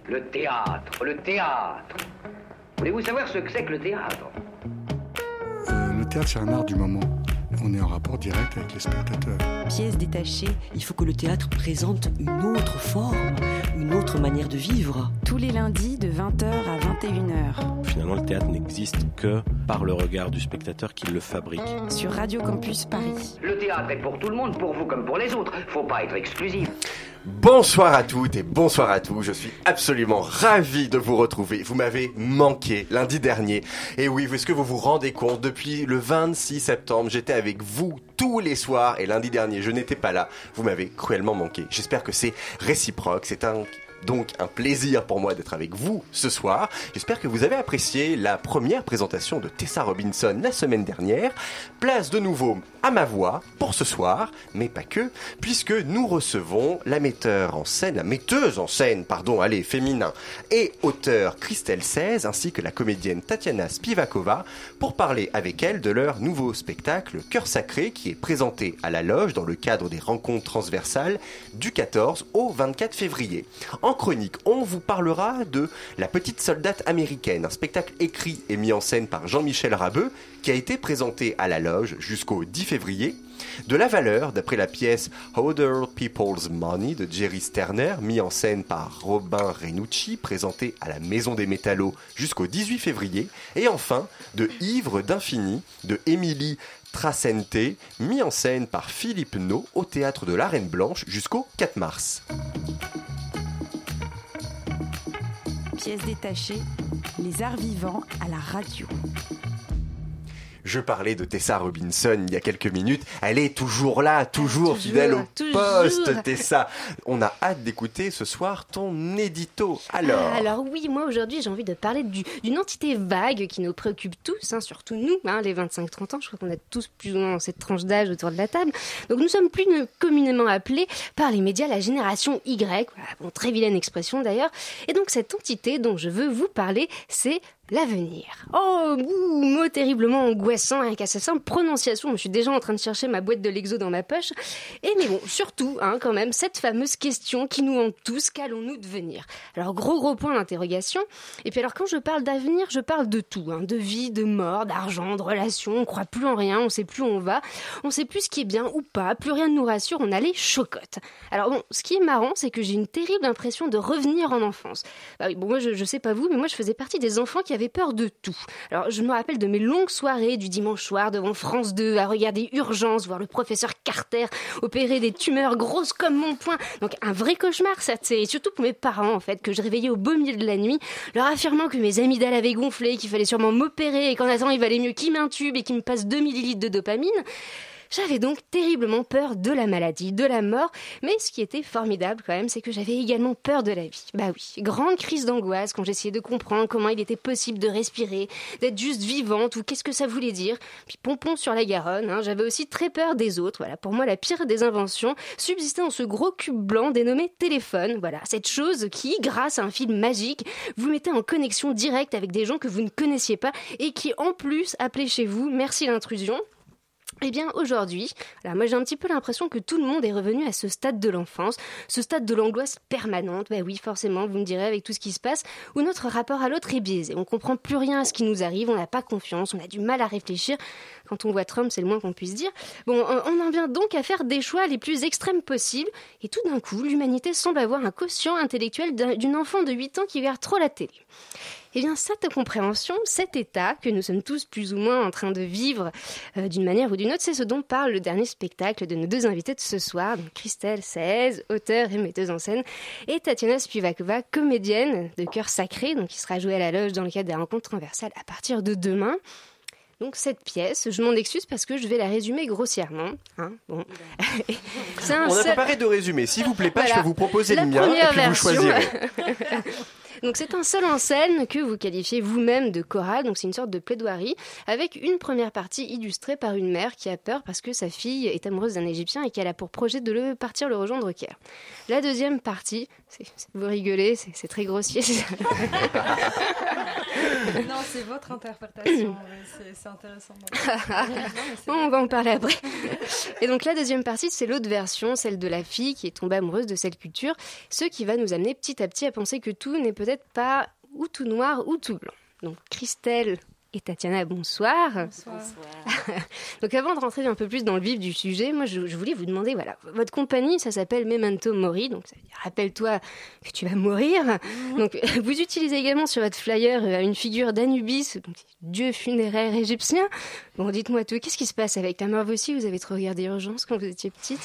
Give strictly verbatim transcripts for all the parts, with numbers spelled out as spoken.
Le théâtre, le théâtre. Voulez-vous savoir ce que c'est que le théâtre ? euh, Le théâtre, c'est un art du moment. On est en rapport direct avec les spectateurs. Pièce détachée, il faut que le théâtre présente une autre forme, une autre manière de vivre. Tous les lundis de vingt heures à vingt et une heures. Finalement, le théâtre n'existe que par le regard du spectateur qui le fabrique. Sur Radio Campus Paris. Le théâtre est pour tout le monde, pour vous comme pour les autres. Faut pas être exclusif. Bonsoir à toutes et bonsoir à tous, je suis absolument ravi de vous retrouver. Vous m'avez manqué lundi dernier. Et oui, est-ce que vous vous rendez compte, depuis le vingt-six septembre, j'étais avec vous tous les soirs et lundi dernier, je n'étais pas là. Vous m'avez cruellement manqué. J'espère que c'est réciproque, c'est un... donc un plaisir pour moi d'être avec vous ce soir. J'espère que vous avez apprécié la première présentation de Tessa Robinson la semaine dernière. Place de nouveau à ma voix pour ce soir, mais pas que, puisque nous recevons la metteur en scène, la metteuse en scène, pardon, allez, féminin, et auteur Christelle seize, ainsi que la comédienne Tatiana Spivakova, pour parler avec elle de leur nouveau spectacle Cœur Sacré, qui est présenté à la Loge dans le cadre des rencontres transversales du quatorze au vingt-quatre février. En chronique, on vous parlera de La Petite Soldate Américaine, un spectacle écrit et mis en scène par Jean-Michel Rabeux, qui a été présenté à la Loge jusqu'au dix février, de La Valeur, d'après la pièce Other People's Money de Jerry Sterner, mis en scène par Robin Renucci, présenté à la Maison des Métallos jusqu'au dix-huit février, et enfin de Ivre d'infini de Émilie Tracente, mis en scène par Philippe No au Théâtre de la Reine Blanche jusqu'au quatre mars. Pièce détachée, les arts vivants à la radio. Je parlais de Tessa Robinson il y a quelques minutes. Elle est toujours là, toujours, toujours fidèle au toujours. poste, Tessa. On a hâte d'écouter ce soir ton édito. Alors, ah, alors oui, moi aujourd'hui j'ai envie de parler du, d'une entité vague qui nous préoccupe tous, hein, surtout nous, hein, les vingt-cinq trente ans. Je crois qu'on a tous plus ou moins dans cette tranche d'âge autour de la table. Donc nous sommes plus communément appelés par les médias la génération Y. Voilà, bon, très vilaine expression d'ailleurs. Et donc cette entité dont je veux vous parler, c'est l'avenir. Oh, ouh, mot terriblement angoissant, rien qu'à sa simple prononciation. Je suis déjà en train de chercher ma boîte de Lexo dans ma poche. Et mais bon, surtout, hein, quand même, cette fameuse question qui nous hante tous, qu'allons-nous devenir ? Alors, gros gros point d'interrogation. Et puis alors, quand je parle d'avenir, je parle de tout, hein, de vie, de mort, d'argent, de relations. On croit plus en rien, on sait plus où on va, on sait plus ce qui est bien ou pas, plus rien ne nous rassure, on a les chocottes. Alors bon, ce qui est marrant, c'est que j'ai une terrible impression de revenir en enfance. Bah oui, bon, moi, je, je sais pas vous, mais moi, je faisais partie des enfants qui avait peur de tout. Alors, je me rappelle de mes longues soirées du dimanche soir devant France deux à regarder Urgence, voir le professeur Carter opérer des tumeurs grosses comme mon poing. Donc, un vrai cauchemar, ça, et surtout pour mes parents, en fait, que je réveillais au beau milieu de la nuit, leur affirmant que mes amygdales avaient gonflé, qu'il fallait sûrement m'opérer et qu'en attendant, il valait mieux qu'ils m'intubent et qu'ils me passent deux millilitres de dopamine. J'avais donc terriblement peur de la maladie, de la mort, mais ce qui était formidable quand même, c'est que j'avais également peur de la vie. Bah oui, grande crise d'angoisse quand j'essayais de comprendre comment il était possible de respirer, d'être juste vivante ou qu'est-ce que ça voulait dire. Puis pompon sur la Garonne, hein, j'avais aussi très peur des autres. Voilà, pour moi la pire des inventions subsistait dans ce gros cube blanc dénommé téléphone. Voilà, cette chose qui, grâce à un fil magique, vous mettait en connexion directe avec des gens que vous ne connaissiez pas et qui en plus appelaient chez vous. Merci l'intrusion. Eh bien aujourd'hui, voilà, moi j'ai un petit peu l'impression que tout le monde est revenu à ce stade de l'enfance, ce stade de l'angoisse permanente, bah oui forcément vous me direz avec tout ce qui se passe, où notre rapport à l'autre est biaisé, on comprend plus rien à ce qui nous arrive, on n'a pas confiance, on a du mal à réfléchir, quand on voit Trump c'est le moins qu'on puisse dire. Bon, on en vient donc à faire des choix les plus extrêmes possibles, et tout d'un coup l'humanité semble avoir un quotient intellectuel d'une enfant de huit ans qui regarde trop la télé. Eh bien, cette compréhension, cet état que nous sommes tous plus ou moins en train de vivre euh, d'une manière ou d'une autre, c'est ce dont parle le dernier spectacle de nos deux invités de ce soir, donc Christelle seize, auteure et metteuse en scène, et Tatiana Spivakova, comédienne de Cœur Sacré, donc qui sera jouée à la Loge dans le cadre des rencontres transversales à partir de demain. Donc cette pièce, je m'en excuse parce que je vais la résumer grossièrement. Hein, bon. C'est un On seul... a préparé de résumés. S'il vous plaît pas, voilà. Je peux vous proposer la le mien et puis version. vous choisirez. Donc c'est un seul en scène que vous qualifiez vous-même de chorale, donc c'est une sorte de plaidoirie, avec une première partie illustrée par une mère qui a peur parce que sa fille est amoureuse d'un Égyptien et qu'elle a pour projet de le partir le rejoindre au Caire. La deuxième partie, c'est, c'est, vous rigolez, c'est, c'est très grossier. Non, c'est votre interprétation, c'est, c'est intéressant. Bon, on va en parler après. Et donc la deuxième partie, c'est l'autre version, celle de la fille qui est tombée amoureuse de cette culture, ce qui va nous amener petit à petit à penser que tout n'est peut-être pas ou tout noir ou tout blanc. Donc Christelle et Tatiana, bonsoir. Bonsoir. Donc avant de rentrer un peu plus dans le vif du sujet, moi je, je voulais vous demander, voilà, votre compagnie, ça s'appelle Memento Mori, donc ça veut dire rappelle-toi que tu vas mourir. Mmh. Donc vous utilisez également sur votre flyer une figure d'Anubis, donc dieu funéraire égyptien. Bon, dites-moi tout, qu'est-ce qui se passe avec la mort? Vous aussi, vous avez trop regardé Urgence quand vous étiez petite?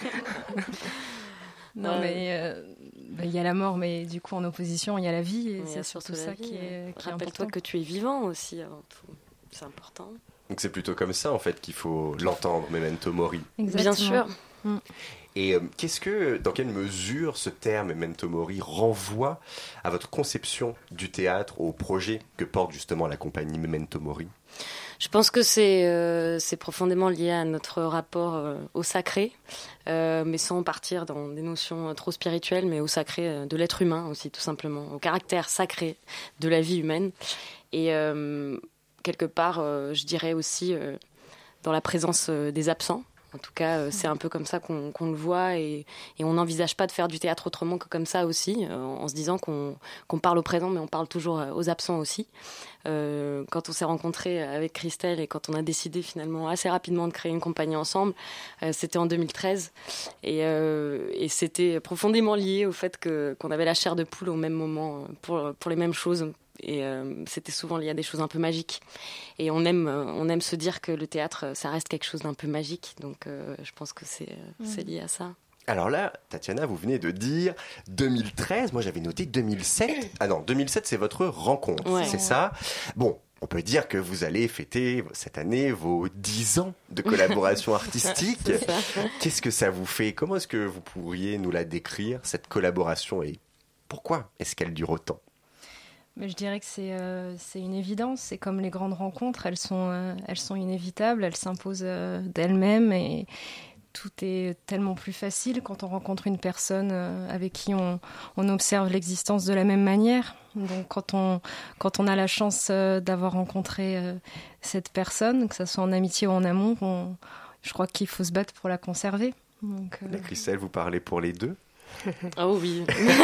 Non, euh... mais il bah, y a la mort, mais du coup en opposition, il y a la vie, et c'est surtout ça vie, qui est, qui est important. Rappelle-toi que tu es vivant aussi avant tout, c'est important. Donc c'est plutôt comme ça en fait qu'il faut l'entendre, Memento Mori. Exactement. Bien sûr. Mm. Et euh, qu'est-ce que, dans quelle mesure ce terme Memento Mori renvoie à votre conception du théâtre, au projet que porte justement la compagnie Memento Mori? Je pense que c'est, euh, c'est profondément lié à notre rapport euh, au sacré, euh, mais sans partir dans des notions trop spirituelles, mais au sacré euh, de l'être humain aussi, tout simplement, au caractère sacré de la vie humaine. Et euh, quelque part, euh, je dirais aussi euh, dans la présence euh, des absents. En tout cas, euh, c'est un peu comme ça qu'on, qu'on le voit, et, et on n'envisage pas de faire du théâtre autrement que comme ça aussi, euh, en se disant qu'on, qu'on parle au présent, mais on parle toujours aux absents aussi. Euh, quand on s'est rencontrés avec Christelle et quand on a décidé finalement assez rapidement de créer une compagnie ensemble, euh, c'était en deux mille treize, et, euh, et c'était profondément lié au fait que, qu'on avait la chair de poule au même moment pour, pour les mêmes choses. Et euh, c'était souvent lié à des choses un peu magiques. Et on aime, euh, on aime se dire que le théâtre, ça reste quelque chose d'un peu magique. Donc euh, je pense que c'est, euh, mmh. c'est lié à ça. Alors là, Tatiana, vous venez de dire deux mille treize, moi j'avais noté deux mille sept. Ah non, deux mille sept, c'est votre rencontre, ouais. c'est ça? Bon, on peut dire que vous allez fêter cette année vos dix ans de collaboration artistique. Qu'est-ce que ça vous fait? Comment est-ce que vous pourriez nous la décrire, cette collaboration, et pourquoi est-ce qu'elle dure autant? Mais je dirais que c'est, euh, c'est une évidence. C'est comme les grandes rencontres, elles sont, euh, elles sont inévitables, elles s'imposent euh, d'elles-mêmes, et tout est tellement plus facile quand on rencontre une personne euh, avec qui on, on observe l'existence de la même manière. Donc quand on, quand on a la chance euh, d'avoir rencontré euh, cette personne, que ce soit en amitié ou en amour, on, je crois qu'il faut se battre pour la conserver. Donc, euh... La Christelle, vous parlez pour les deux? Oh oui,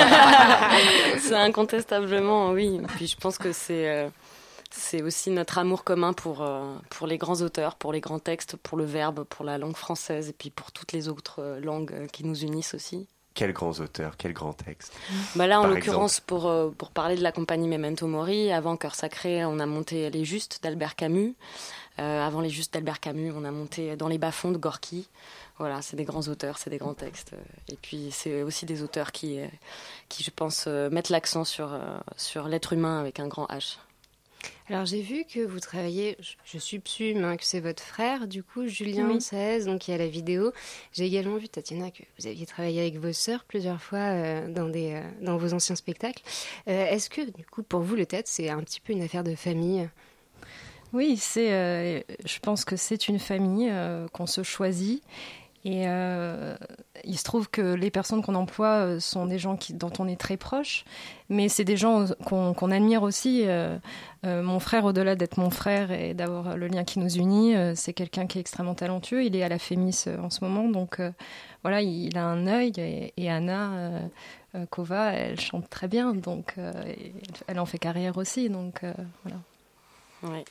c'est incontestablement oui. Puis je pense que c'est euh, c'est aussi notre amour commun pour euh, pour les grands auteurs, pour les grands textes, pour le verbe, pour la langue française, et puis pour toutes les autres euh, langues qui nous unissent aussi. Quels grands auteurs, quels grands textes? Bah là, en Par l'occurrence, exemple. pour euh, pour parler de la compagnie Memento Mori, avant Cœur Sacré, on a monté Les Justes d'Albert Camus. Euh, avant Les Justes d'Albert Camus, on a monté Dans les bas-fonds de Gorky. Voilà, c'est des grands auteurs, c'est des grands textes. Et puis, c'est aussi des auteurs qui, qui je pense, mettent l'accent sur, sur l'être humain avec un grand H. Alors, j'ai vu que vous travaillez, je, je subsume hein, que c'est votre frère, du coup, Julien oui. seize, donc il y a la vidéo. J'ai également vu, Tatiana, que vous aviez travaillé avec vos sœurs plusieurs fois euh, dans, des, euh, dans vos anciens spectacles. Euh, est-ce que, du coup, pour vous, le théâtre, c'est un petit peu une affaire de famille ? Oui, c'est, euh, je pense que c'est une famille euh, qu'on se choisit. Et euh, il se trouve que les personnes qu'on emploie sont des gens qui, dont on est très proche, mais c'est des gens qu'on, qu'on admire aussi. Euh, euh, mon frère, au-delà d'être mon frère et d'avoir le lien qui nous unit, euh, c'est quelqu'un qui est extrêmement talentueux. Il est à la Fémis euh, en ce moment, donc euh, voilà, il a un œil. Et, et Anna euh, euh, Kova, elle chante très bien, donc euh, elle en fait carrière aussi, donc euh, voilà. Oui.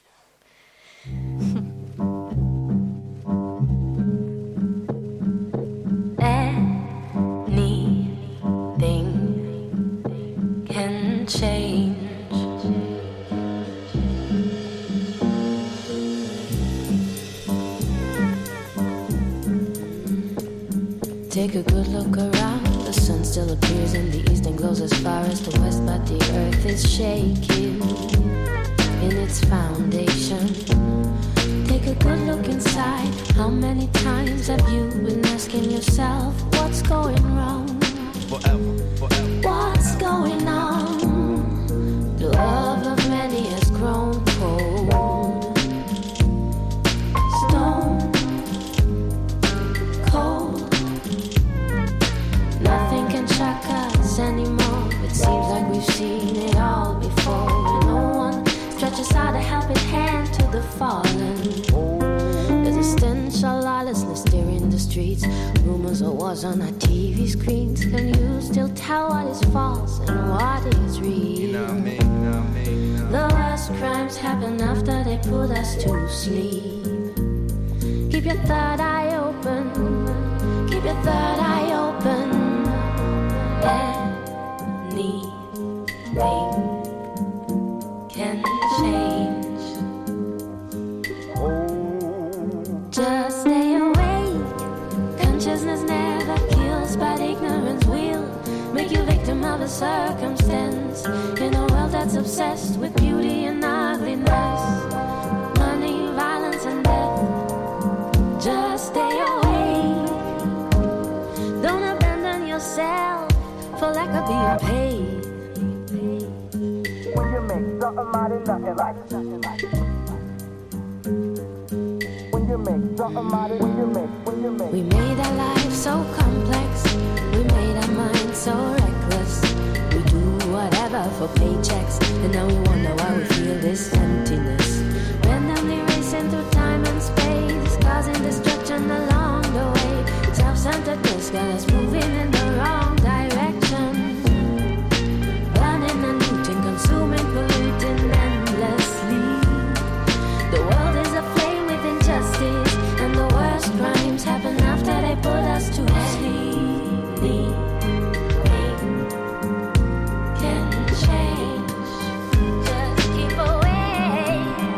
Change. Take a good look around. The sun still appears in the east and glows as far as the west, but the earth is shaking in its foundation. Take a good look inside. How many times have you been asking yourself what's going wrong? Forever, forever. What's going on? we've seen it all before. When no one stretches out a helping hand to the fallen. There's a stench of lawlessness stirring the streets. Rumors of wars on our T V screens. Can you still tell what is false and what is real? You know me, you know me, you know me. The worst crimes happen after they put us to sleep. Keep your third eye open. Keep your third eye open. Anything can change. Just stay awake. Consciousness never kills, but ignorance will make you victim of a circumstance. In a world that's obsessed with beauty and ugliness, money, violence and death. Just stay awake. Don't abandon yourself for lack of being paid. When you make something out of nothing like When you make something out of when you make, when you make We made our lives so complex. We made our minds so reckless. We do whatever for paychecks. And now we wonder why we feel this emptiness. Randomly racing through time and space, causing destruction along the way. Self-centeredness got us moving in the wrong direction. Burning and looting, consuming, polluting endlessly. The world is aflame with injustice, and the worst crimes happen after they put us to sleep. Can change. Just keep away.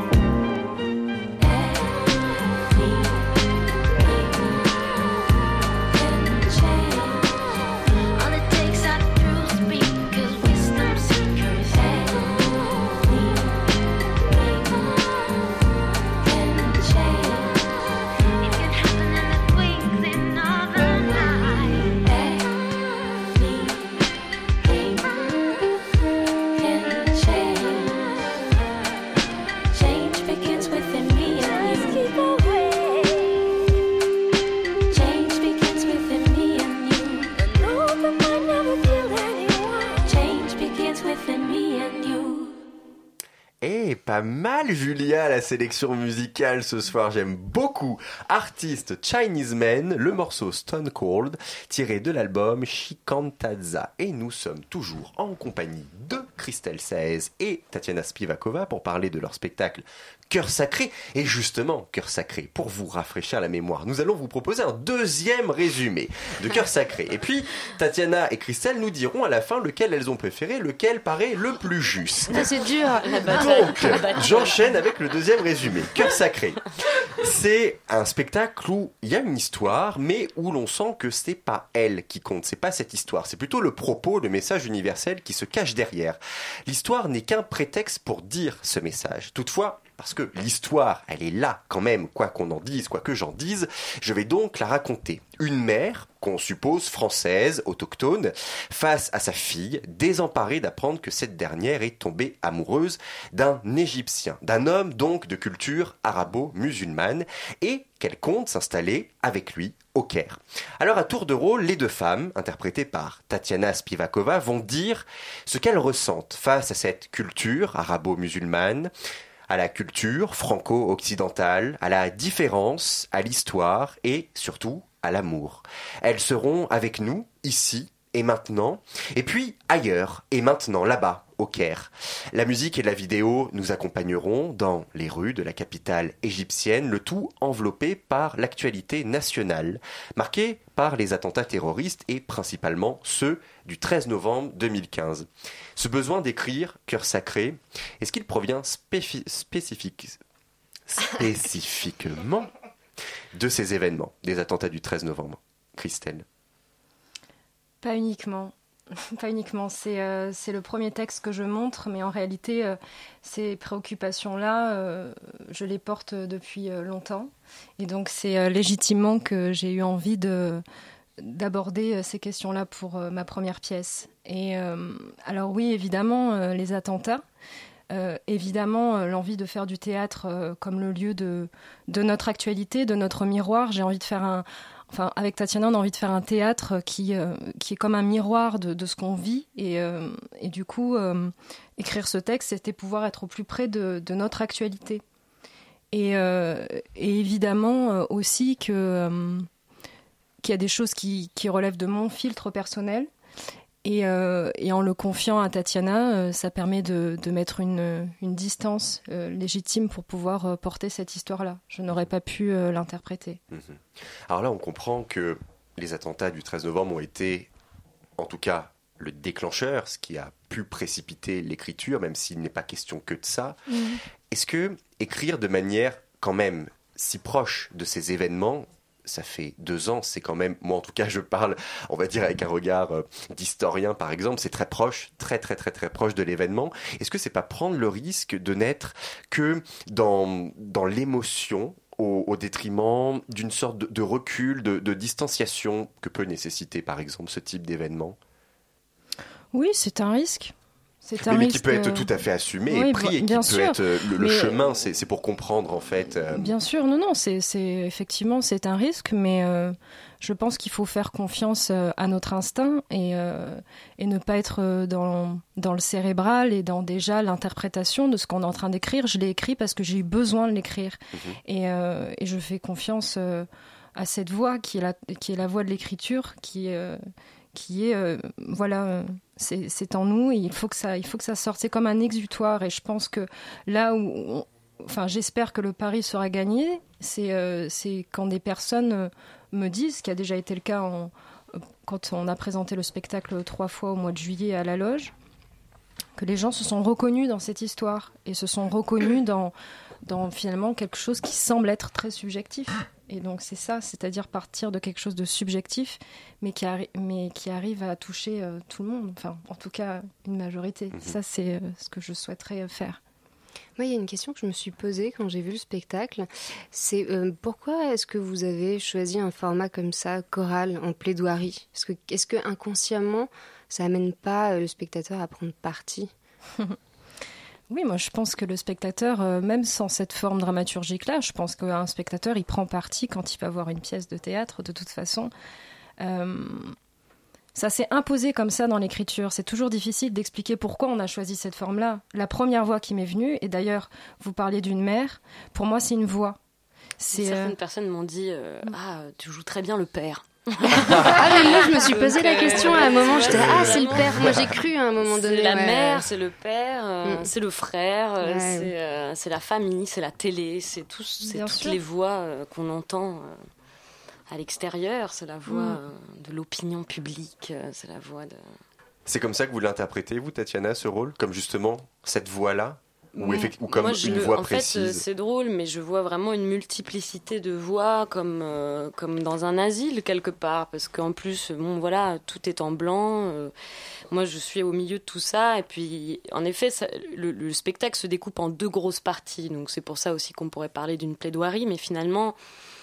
Pas mal, Julia, la sélection musicale ce soir. J'aime beaucoup. Artiste Chinese Man, le morceau Stone Cold, tiré de l'album Shikantaza. Et nous sommes toujours en compagnie de Christelle Saez et Tatiana Spivakova pour parler de leur spectacle Cœur Sacré. Et justement, Cœur Sacré, pour vous rafraîchir la mémoire, nous allons vous proposer un deuxième résumé de Cœur Sacré. Et puis, Tatiana et Christelle nous diront à la fin lequel elles ont préféré, lequel paraît le plus juste. Ah, c'est dur. Donc, j'enchaîne avec le deuxième résumé. Cœur Sacré. C'est un spectacle où il y a une histoire, mais où l'on sent que c'est pas elle qui compte, c'est pas cette histoire, c'est plutôt le propos, le message universel qui se cache derrière. L'histoire n'est qu'un prétexte pour dire ce message. Toutefois, parce que l'histoire, elle est là quand même, quoi qu'on en dise, quoi que j'en dise, je vais donc la raconter. Une mère, qu'on suppose française, autochtone, face à sa fille, désemparée d'apprendre que cette dernière est tombée amoureuse d'un Égyptien, d'un homme donc de culture arabo-musulmane, et qu'elle compte s'installer avec lui au Caire. Alors à tour de rôle, les deux femmes, interprétées par Tatiana Spivakova, vont dire ce qu'elles ressentent face à cette culture arabo-musulmane, à la culture franco-occidentale, à la différence, à l'histoire et surtout à l'amour. Elles seront avec nous, ici et maintenant, et puis ailleurs et maintenant, là-bas, au Caire. La musique et la vidéo nous accompagneront dans les rues de la capitale égyptienne, le tout enveloppé par l'actualité nationale, marquée par les attentats terroristes et principalement ceux du treize novembre deux mille quinze. Ce besoin d'écrire Cœur Sacré, est-ce qu'il provient spéfi- spécifique, spécifiquement de ces événements, des attentats du treize novembre? Christelle? Pas uniquement. Pas uniquement. C'est, euh, c'est le premier texte que je montre, mais en réalité, euh, ces préoccupations-là, euh, je les porte depuis euh, longtemps. Et donc, c'est euh, légitimement que j'ai eu envie de, d'aborder euh, ces questions-là pour euh, ma première pièce. Et euh, alors oui, évidemment, euh, les attentats. Euh, évidemment, euh, l'envie de faire du théâtre euh, comme le lieu de, de notre actualité, de notre miroir. J'ai envie de faire un... enfin, avec Tatiana, on a envie de faire un théâtre qui, euh, qui est comme un miroir de, de ce qu'on vit. Et, euh, et du coup, euh, écrire ce texte, c'était pouvoir être au plus près de, de notre actualité. Et, euh, et évidemment euh, aussi que, euh, qu'il y a des choses qui, qui relèvent de mon filtre personnel. Et, euh, et en le confiant à Tatiana, euh, ça permet de, de mettre une, une distance euh, légitime pour pouvoir euh, porter cette histoire-là. Je n'aurais pas pu euh, l'interpréter. Mmh. Alors là, on comprend que les attentats du treize novembre ont été, en tout cas, le déclencheur, ce qui a pu précipiter l'écriture, même s'il n'est pas question que de ça. Mmh. Est-ce que écrire de manière quand même si proche de ces événements, ça fait deux ans, c'est quand même, moi en tout cas je parle, on va dire avec un regard euh, d'historien par exemple, c'est très proche, très très très très proche de l'événement. Est-ce que c'est pas prendre le risque de n'être que dans, dans l'émotion au, au détriment d'une sorte de, de recul, de, de distanciation que peut nécessiter par exemple ce type d'événement ? Oui, c'est un risque. C'est un mais, mais risque... qui peut être tout à fait assumé oui, et pris, et qui bien peut sûr. être le, le mais... chemin, c'est, c'est pour comprendre en fait. Euh... Bien sûr, non, non, c'est, c'est effectivement c'est un risque, mais euh, je pense qu'il faut faire confiance euh, à notre instinct et euh, et ne pas être dans dans le cérébral et dans déjà l'interprétation de ce qu'on est en train d'écrire. Je l'ai écrit parce que j'ai eu besoin de l'écrire mmh. et euh, et je fais confiance euh, à cette voix qui est la qui est la voix de l'écriture qui euh, qui est euh, voilà euh, c'est, c'est en nous et il faut que ça il faut que ça sorte, c'est comme un exutoire et je pense que là où on, enfin j'espère que le pari sera gagné, c'est euh, c'est quand des personnes euh, me disent, ce qui a déjà été le cas en, euh, quand on a présenté le spectacle trois fois au mois de juillet à la Loge, que les gens se sont reconnus dans cette histoire et se sont reconnus dans dans finalement quelque chose qui semble être très subjectif. Et donc c'est ça, c'est-à-dire partir de quelque chose de subjectif, mais qui, arri- mais qui arrive à toucher euh, tout le monde, enfin en tout cas une majorité. Mmh. Ça c'est euh, ce que je souhaiterais faire. Moi, il y a une question que je me suis posée quand j'ai vu le spectacle, c'est euh, pourquoi est-ce que vous avez choisi un format comme ça, choral, en plaidoirie ? Est-ce que, est-ce que inconsciemment, ça amène pas euh, le spectateur à prendre parti ? Oui, moi je pense que le spectateur, euh, même sans cette forme dramaturgique-là, je pense qu'un spectateur, il prend parti quand il va voir une pièce de théâtre, de toute façon. Euh, ça s'est imposé comme ça dans l'écriture. C'est toujours difficile d'expliquer pourquoi on a choisi cette forme-là. La première voix qui m'est venue, et d'ailleurs, vous parliez d'une mère, pour moi c'est une voix. C'est, Certaines euh... personnes m'ont dit euh, « Ah, tu joues très bien le père ». Ah mais moi je me suis posé la question à un moment, j'étais ah c'est le père, moi j'ai cru à un moment donné. C'est la ouais. mère, c'est le père, euh, mm. c'est le frère, ouais. c'est, euh, c'est la famille, c'est la télé, c'est, tout, c'est toutes sûr. Les voix euh, qu'on entend euh, à l'extérieur, c'est la voix mm. euh, de l'opinion publique, euh, c'est la voix de... C'est comme ça que vous l'interprétez vous Tatiana, ce rôle, comme justement cette voix-là ? Ou, effect- ou comme Moi, une le, voix en précise. En fait, c'est drôle, mais je vois vraiment une multiplicité de voix, comme euh, comme dans un asile quelque part, parce qu'en plus, bon, voilà, tout est en blanc. Euh, moi, je suis au milieu de tout ça, et puis, en effet, ça, le, le spectacle se découpe en deux grosses parties, donc c'est pour ça aussi qu'on pourrait parler d'une plaidoirie, mais finalement,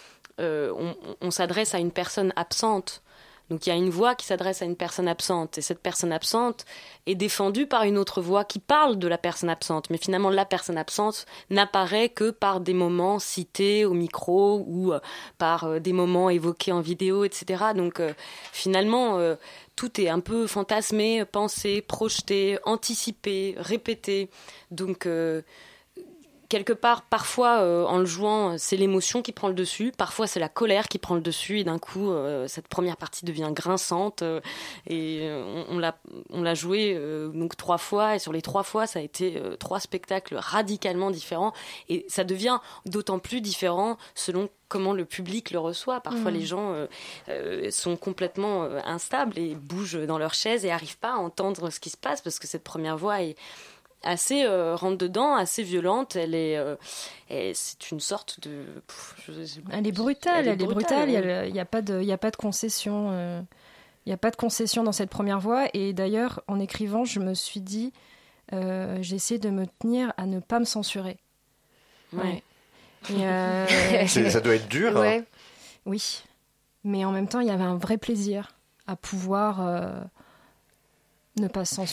euh, on, on s'adresse à une personne absente. Donc il y a une voix qui s'adresse à une personne absente et cette personne absente est défendue par une autre voix qui parle de la personne absente. Mais finalement, la personne absente n'apparaît que par des moments cités au micro ou euh, par euh, des moments évoqués en vidéo, et cetera. Donc euh, finalement, euh, tout est un peu fantasmé, pensé, projeté, anticipé, répété. Donc... Euh, quelque part, parfois, euh, en le jouant, c'est l'émotion qui prend le dessus. Parfois, c'est la colère qui prend le dessus. Et d'un coup, euh, cette première partie devient grinçante. Euh, et euh, on, on, l'a, on l'a joué euh, donc trois fois. Et sur les trois fois, ça a été euh, trois spectacles radicalement différents. Et ça devient d'autant plus différent selon comment le public le reçoit. Parfois, mmh. les gens euh, euh, sont complètement euh, instables et bougent dans leur chaise et n'arrivent pas à entendre ce qui se passe parce que cette première voix est... assez euh, rentre dedans, assez violente. Elle est, euh, elle, c'est une sorte de. Pff, je sais pas, elle est brutale. Elle est brutale. Il ouais. n'y a, a pas de, il y a pas de concession. Euh, il y a pas de concession dans cette première voix. Et d'ailleurs, en écrivant, je me suis dit, euh, j'ai essayé de me tenir à ne pas me censurer. Ouais. ouais. Et euh... c'est, ça doit être dur. Ouais. Hein. Oui, mais en même temps, il y avait un vrai plaisir à pouvoir euh, ne pas se censurer.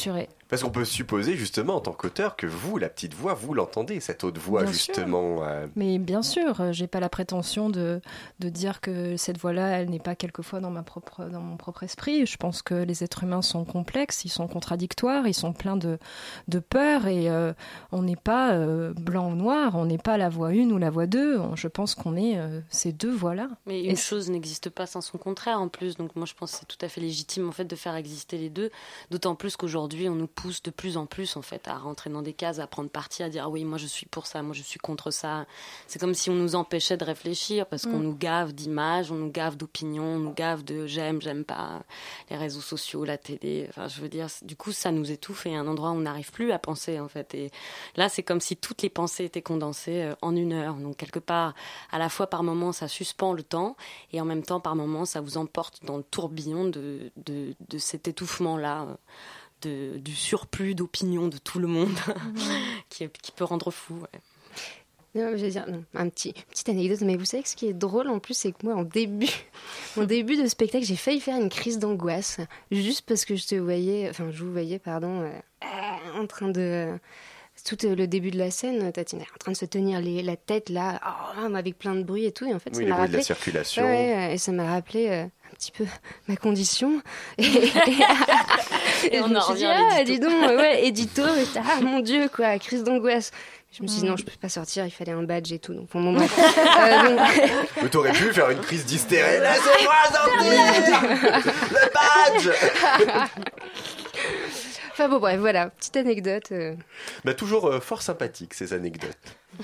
Parce qu'on peut supposer justement en tant qu'auteur que vous, la petite voix, vous l'entendez, cette haute voix Bien justement. Euh... Mais bien sûr, j'ai pas la prétention de, de dire que cette voix-là, elle n'est pas quelquefois dans, ma propre, dans mon propre esprit. Je pense que les êtres humains sont complexes, ils sont contradictoires, ils sont pleins de, de peur et euh, on n'est pas euh, blanc ou noir, on n'est pas la voix une ou la voix deux. Je pense qu'on est euh, ces deux voix-là. Mais une et chose n'existe pas sans son contraire en plus, donc moi je pense que c'est tout à fait légitime en fait de faire exister les deux, d'autant plus qu'aujourd'hui on nous pousse de plus en plus en fait à rentrer dans des cases, à prendre parti, à dire ah oui moi je suis pour ça, moi je suis contre ça. C'est comme si on nous empêchait de réfléchir parce mmh. qu'on nous gave d'images, on nous gave d'opinions, on nous gave de j'aime, j'aime pas, les réseaux sociaux, la télé. Enfin je veux dire, du coup ça nous étouffe et à un endroit où on n'arrive plus à penser en fait. Et là c'est comme si toutes les pensées étaient condensées en une heure. Donc quelque part, à la fois par moments ça suspend le temps et en même temps par moments ça vous emporte dans le tourbillon de, de, de cet étouffement là. De, du surplus d'opinion de tout le monde mmh. qui, qui peut rendre fou. Ouais. Non, je veux dire, non, un petit, petite anecdote, mais vous savez que ce qui est drôle en plus, c'est que moi, en début, en début de spectacle, j'ai failli faire une crise d'angoisse, juste parce que je te voyais, enfin, je vous voyais, pardon, euh, en train de... Euh, tout le début de la scène, Tatiana est en train de se tenir les, la tête là, oh, avec plein de bruit et tout, et en fait, oui, ça m'a rappelé... de la circulation. Ouais, et ça m'a rappelé... Euh, un petit peu ma condition et, et, et, et on je me suis dit ah dis donc ouais édito et ah mon Dieu quoi crise d'angoisse. Je me suis dit non je peux pas sortir, il fallait un badge et tout donc pour mon moment euh, donc... mais t'aurais pu faire une crise d'hystérie. Laissez-moi sortir le badge. Enfin bon bref voilà petite anecdote euh... bah toujours euh, fort sympathique ces anecdotes.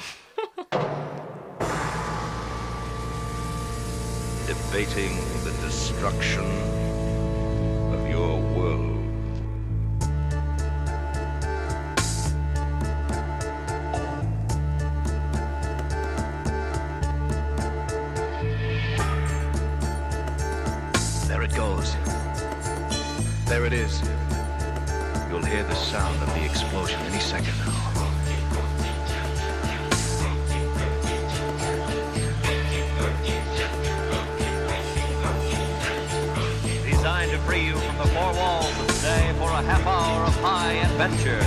Debating the destruction of your world. There it goes. There it is. You'll hear the sound of the explosion any second now. Designed to free you from the four walls of today for a half hour of high adventure.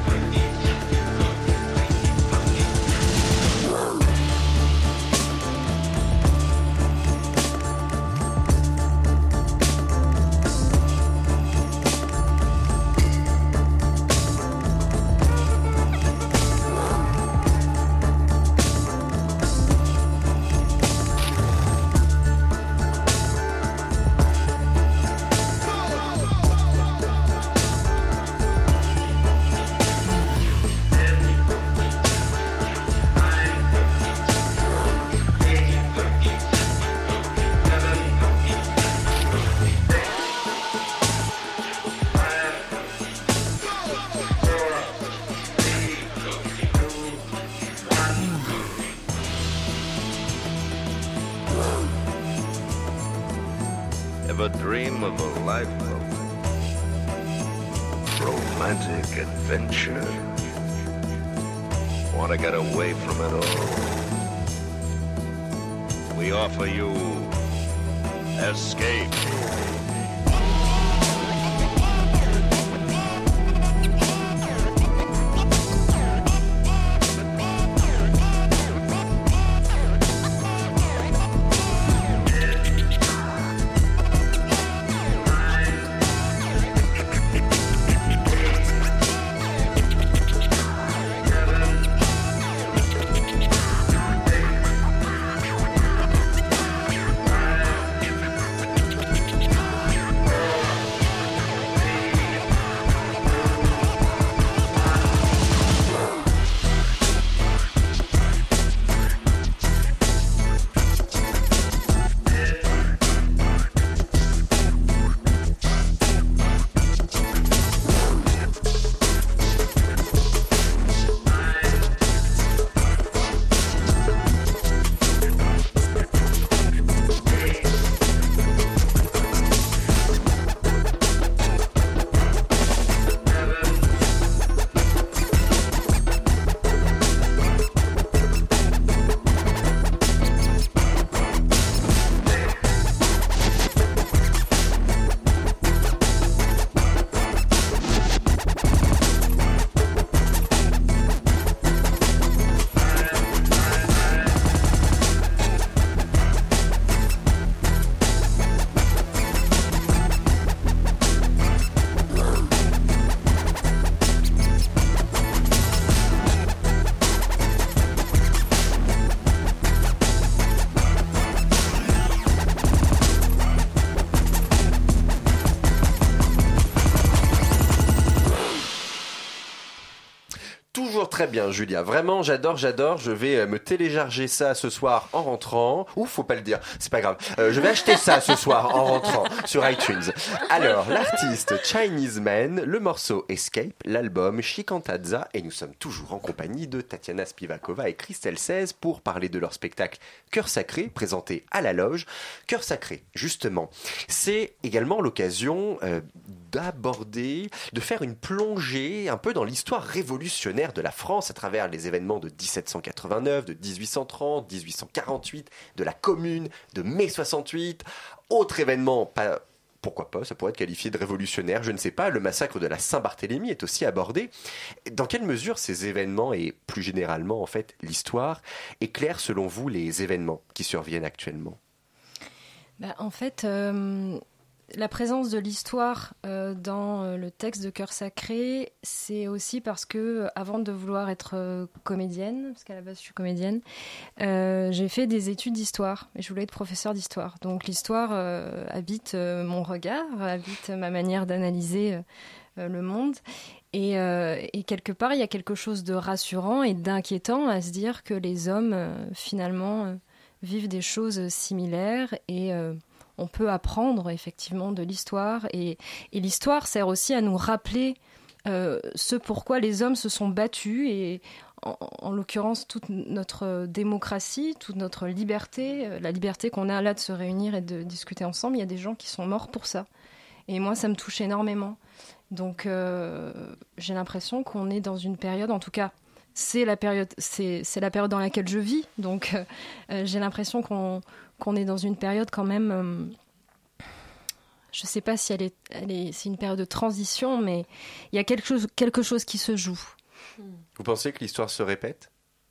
Ever dream of a life of romantic adventure? Want to get away from it all? We offer you escape. Toujours très bien, Julia. Vraiment, j'adore, j'adore. Je vais me télécharger ça ce soir en rentrant. Ouf, faut pas le dire. C'est pas grave. Euh, je vais acheter ça ce soir en rentrant sur iTunes. Alors, l'artiste Chinese Man, le morceau Escape, l'album Shikantaza, et nous sommes toujours en compagnie de Tatiana Spivakova et Christelle seize pour parler de leur spectacle Cœur Sacré, présenté à la Loge. Cœur Sacré, justement, c'est également l'occasion euh, d'aborder, de faire une plongée un peu dans l'histoire révolutionnaire de la France à travers les événements de dix-sept cent quatre-vingt-neuf, de dix-huit cent trente, dix-huit cent quarante-huit, de la Commune, de mai soixante-huit. Autre événement, pas, pourquoi pas, ça pourrait être qualifié de révolutionnaire, je ne sais pas, le massacre de la Saint-Barthélemy est aussi abordé. Dans quelle mesure ces événements et plus généralement en fait l'histoire éclairent selon vous les événements qui surviennent actuellement ? Bah, en fait, euh, la présence de l'histoire euh, dans euh, le texte de Cœur Sacré, c'est aussi parce que, euh, avant de vouloir être euh, comédienne, parce qu'à la base je suis comédienne, euh, j'ai fait des études d'histoire et je voulais être professeure d'histoire. Donc l'histoire euh, habite euh, mon regard, habite ma manière d'analyser euh, le monde. Et, euh, et quelque part, il y a quelque chose de rassurant et d'inquiétant à se dire que les hommes, euh, finalement, euh, vivent des choses similaires et euh, on peut apprendre effectivement de l'histoire. Et, et l'histoire sert aussi à nous rappeler euh, ce pourquoi les hommes se sont battus et en, en l'occurrence toute notre démocratie, toute notre liberté, euh, la liberté qu'on a là de se réunir et de discuter ensemble. Il y a des gens qui sont morts pour ça. Et moi, ça me touche énormément. Donc euh, j'ai l'impression qu'on est dans une période, en tout cas, c'est la période, c'est, c'est la période dans laquelle je vis. Donc euh, j'ai l'impression qu'on, qu'on est dans une période quand même, euh, je ne sais pas si elle est, elle est, c'est une période de transition, mais il y a quelque chose, quelque chose qui se joue. Vous pensez que l'histoire se répète ?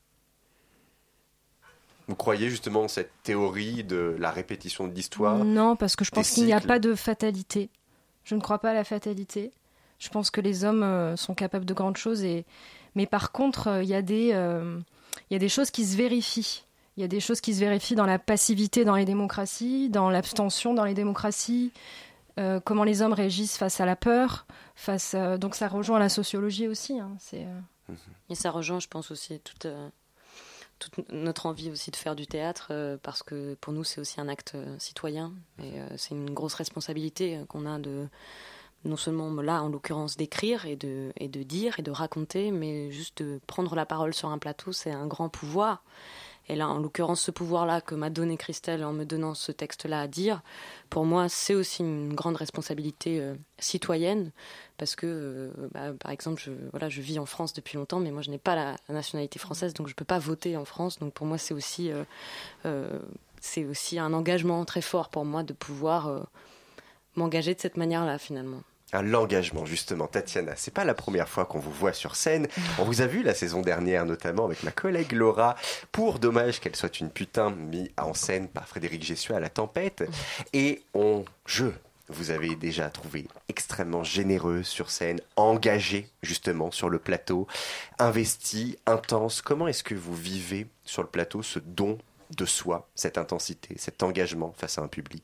Vous croyez justement cette théorie de la répétition de l'histoire ? Non, parce que je pense qu'il n'y a cycles. pas de fatalité. Je ne crois pas à la fatalité. Je pense que les hommes euh, sont capables de grandes choses. Et... Mais par contre, il euh, y a des, euh, y a des choses qui se vérifient. Il y a des choses qui se vérifient dans la passivité dans les démocraties, dans l'abstention dans les démocraties, euh, comment les hommes réagissent face à la peur. Face à... Donc ça rejoint la sociologie aussi. Hein. C'est, euh... Et ça rejoint, je pense, aussi toute... Euh... toute notre envie aussi de faire du théâtre, euh, parce que pour nous c'est aussi un acte euh, citoyen et euh, c'est une grosse responsabilité euh, qu'on a de non seulement là en l'occurrence d'écrire et de, et de dire et de raconter, mais juste de prendre la parole sur un plateau, c'est un grand pouvoir. Et là en l'occurrence ce pouvoir-là que m'a donné Christelle en me donnant ce texte-là à dire, pour moi c'est aussi une grande responsabilité euh, citoyenne, parce que euh, bah, par exemple je, voilà, je vis en France depuis longtemps, mais moi je n'ai pas la, la nationalité française, donc je ne peux pas voter en France, donc pour moi c'est aussi, euh, euh, c'est aussi un engagement très fort pour moi de pouvoir euh, m'engager de cette manière-là finalement. L'engagement, justement. Tatiana, c'est pas la première fois qu'on vous voit sur scène. On vous a vu la saison dernière, notamment avec ma collègue Laura, pour Dommage qu'elle soit une putain, mis en scène par Frédéric Gessieu à La Tempête. Et on, je, vous avez déjà trouvé extrêmement généreuse sur scène, engagée, justement, sur le plateau, investie, intense. Comment est-ce que vous vivez sur le plateau ce don de soi, cette intensité, cet engagement face à un public ?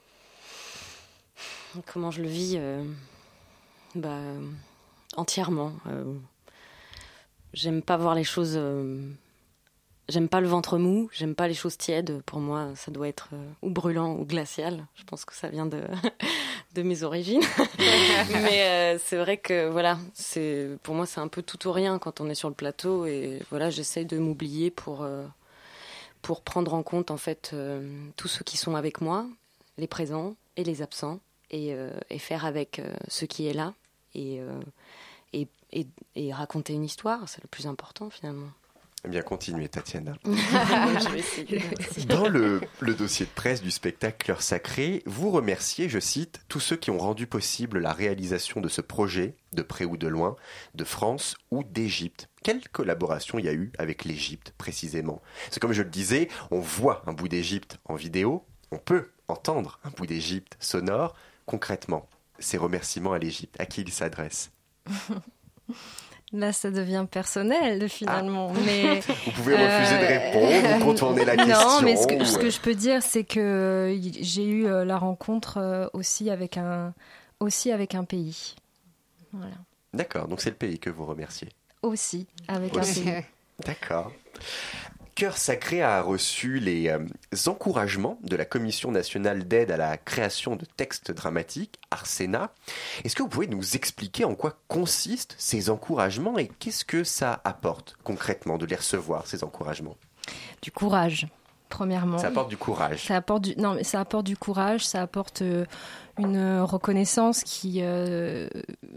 Comment je le vis euh, bah, entièrement. Euh, j'aime pas voir les choses... Euh, j'aime pas le ventre mou, j'aime pas les choses tièdes. Pour moi, ça doit être euh, ou brûlant ou glacial. Je pense que ça vient de, de mes origines. Mais euh, c'est vrai que, voilà, c'est, pour moi, c'est un peu tout ou rien quand on est sur le plateau. Et voilà, j'essaye de m'oublier pour, euh, pour prendre en compte, en fait, euh, tous ceux qui sont avec moi, les présents et les absents. Et, euh, et faire avec euh, ce qui est là et, euh, et, et, et raconter une histoire, c'est le plus important finalement. Eh bien, continuez, Tatiana. Je vais essayer. Dans le, le dossier de presse du spectacle Cœur Sacré, vous remerciez, je cite, tous ceux qui ont rendu possible la réalisation de ce projet, de près ou de loin, de France ou d'Égypte. Quelle collaboration il y a eu avec l'Égypte, précisément ? C'est comme je le disais, on voit un bout d'Égypte en vidéo, on peut entendre un bout d'Égypte sonore. Concrètement, ces remerciements à l'Égypte, à qui ils s'adressent ? Là, ça devient personnel, finalement. Ah. Mais, vous pouvez refuser euh... de répondre ou contourner la question. Non, mais ce que, ce que je peux dire, c'est que j'ai eu la rencontre aussi avec un, aussi avec un pays. Voilà. D'accord, donc c'est le pays que vous remerciez. aussi, avec aussi. un C. D'accord. Cœur Sacré a reçu les euh, encouragements de la Commission nationale d'aide à la création de textes dramatiques, Arsena. Est-ce que vous pouvez nous expliquer en quoi consistent ces encouragements et qu'est-ce que ça apporte concrètement de les recevoir, ces encouragements ? Du courage, premièrement. Ça apporte du courage. Ça apporte du, non, mais ça apporte du courage, ça apporte euh, une reconnaissance qui, euh,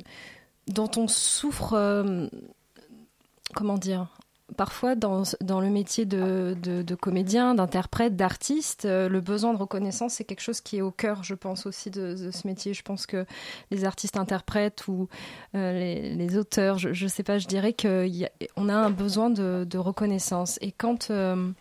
dont on souffre, euh, comment dire ? Parfois, dans, dans le métier de, de, de comédien, d'interprète, d'artiste, euh, le besoin de reconnaissance, c'est quelque chose qui est au cœur, je pense, aussi de, de ce métier. Je pense que les artistes-interprètes ou euh, les, les auteurs, je ne sais pas, je dirais qu'on a, a un besoin de, de reconnaissance. Et quand, euh,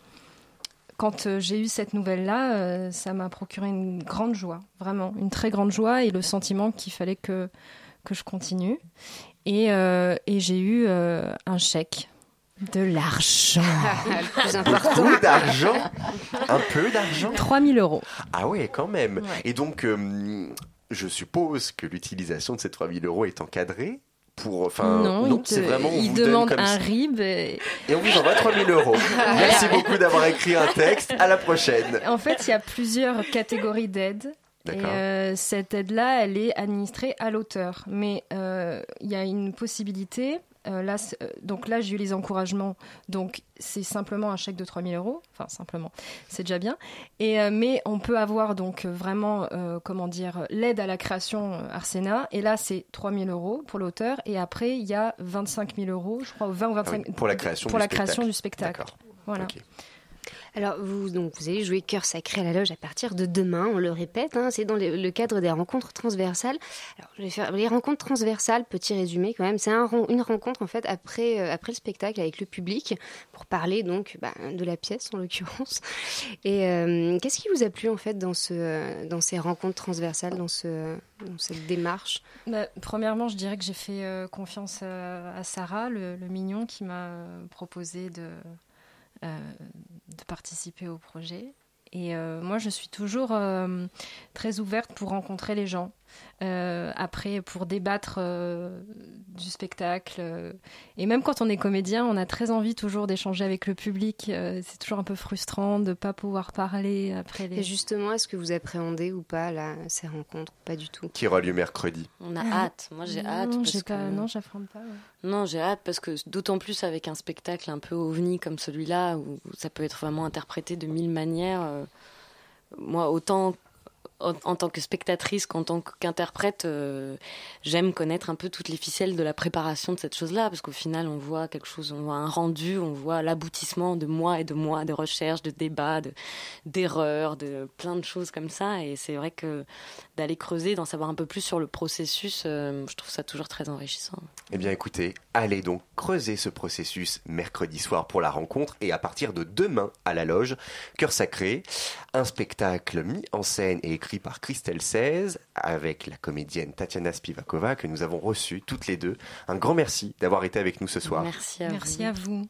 quand j'ai eu cette nouvelle-là, euh, ça m'a procuré une grande joie, vraiment, une très grande joie et le sentiment qu'il fallait que, que je continue. Et, euh, et j'ai eu euh, un chèque. De l'argent. Le plus important. Beaucoup d'argent. Un peu d'argent. trois mille euros. Ah ouais, quand même. Ouais. Et donc, euh, je suppose que l'utilisation de ces trois mille euros est encadrée pour... Enfin, non, non il, te, c'est vraiment, on il vous demande donne comme un ça. R I B. Et... et on vous envoie trois mille euros. Merci beaucoup d'avoir écrit un texte. À la prochaine. En fait, il y a plusieurs catégories d'aide. Et euh, cette aide-là, elle est administrée à l'auteur. Mais euh, il y a une possibilité... Euh, là, euh, donc là, j'ai eu les encouragements. Donc, c'est simplement un chèque de trois mille euros. Enfin, simplement, c'est déjà bien. Et, euh, mais on peut avoir donc vraiment, euh, comment dire, l'aide à la création euh, Arsena. Et là, c'est trois mille euros pour l'auteur. Et après, il y a vingt-cinq mille euros, je crois, vingt ou vingt-cinq Ah oui, pour la création pour du la spectacle. création du spectacle. D'accord. Voilà. Okay. Alors, vous, donc, vous allez jouer Cœur Sacré à la Loge à partir de demain, on le répète, hein, c'est dans le, le cadre des rencontres transversales. Alors, je vais faire les rencontres transversales, petit résumé quand même, c'est un, une rencontre en fait après, euh, après le spectacle avec le public pour parler donc bah, de la pièce en l'occurrence. Et euh, qu'est-ce qui vous a plu en fait dans, ce, dans ces rencontres transversales, dans, ce, dans cette démarche ? Bah, premièrement, je dirais que j'ai fait euh, confiance à, à Sarah, le, le mignon, qui m'a proposé de... Euh, de participer au projet. Et euh, moi, je suis toujours euh, très ouverte pour rencontrer les gens. Euh, après, pour débattre euh, du spectacle. Euh, et même quand on est comédien, on a très envie toujours d'échanger avec le public. Euh, c'est toujours un peu frustrant de ne pas pouvoir parler après les... Et justement, est-ce que vous appréhendez ou pas là, ces rencontres ? Pas du tout. Qui aura lieu mercredi. On a hâte. Moi, j'ai non, hâte. Parce j'ai que... pas... Non, j'appréhende pas. Ouais. Non, j'ai hâte parce que d'autant plus avec un spectacle un peu ovni comme celui-là, où ça peut être vraiment interprété de mille manières. Euh, moi, autant... En, en tant que spectatrice qu'en tant qu'interprète, euh, j'aime connaître un peu toutes les ficelles de la préparation de cette chose-là, parce qu'au final, on voit quelque chose, on voit un rendu, on voit l'aboutissement de mois et de mois de recherche, de débats, de, d'erreurs, de plein de choses comme ça. Et c'est vrai que d'aller creuser, d'en savoir un peu plus sur le processus, euh, je trouve ça toujours très enrichissant. Eh bien, écoutez, allez donc creuser ce processus mercredi soir pour la rencontre et à partir de demain à la Loge, Cœur Sacré, un spectacle mis en scène et écrit par Christelle seize avec la comédienne Tatiana Spivakova que nous avons reçue toutes les deux. Un grand merci d'avoir été avec nous ce soir. Merci à merci vous. à vous.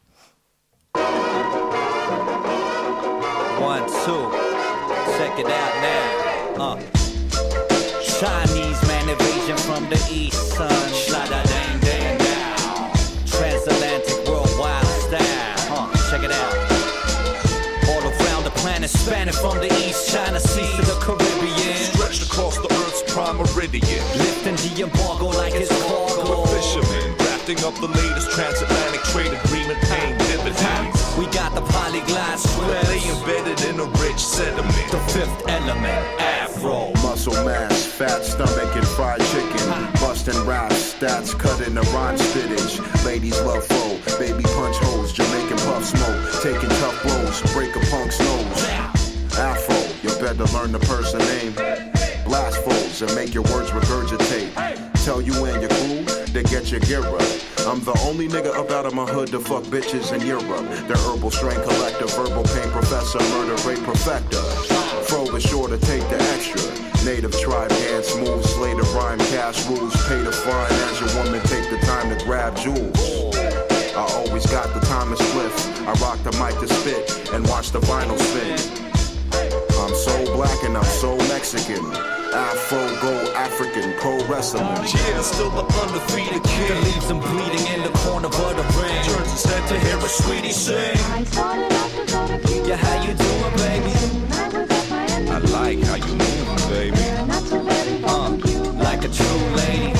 One, two, check it out now. Uh. Chinese man invasion from the east, son. Shada dang dang down. Transatlantic worldwide style. Uh, check it out. All around the planet, spanning from the East China Sea to the Caribbean, stretched across the Earth's prime meridian, lifting the embargo like it's cargo. Fishermen drafting up the latest transatlantic trade agreement, paying dividends. We got the polyglot script, they embedded in a rich sediment. The fifth element, Afro. Muscle mass, fat stomach and fried chicken. Bustin' raps, stats cutting the rhyme spittage. Ladies love foe, baby punch holes, Jamaican puff smoke, taking tough blows, break a punk's nose. Afro, you better learn the person name. Blast foes and make your words regurgitate. Tell you when you're cool, then get your gear up. I'm the only nigga up out of my hood to fuck bitches in Europe. The herbal strain collector, verbal pain professor, murder rate perfecter. Fro is sure to take the extra. Native tribe dance moves, slay the rhyme, cash rules, pay the fine as your woman take the time to grab jewels. I always got the time to spliff. I rock the mic to spit and watch the vinyl spin. I'm so black and I'm so Mexican. Afro, go African, pro wrestling. Yeah, still the undefeated king. That leaves him bleeding in the corner of the ring. Turns his head to hear a sweetie sing. Yeah, how you doing, baby? I like how you move, baby. Uh, like a true lady.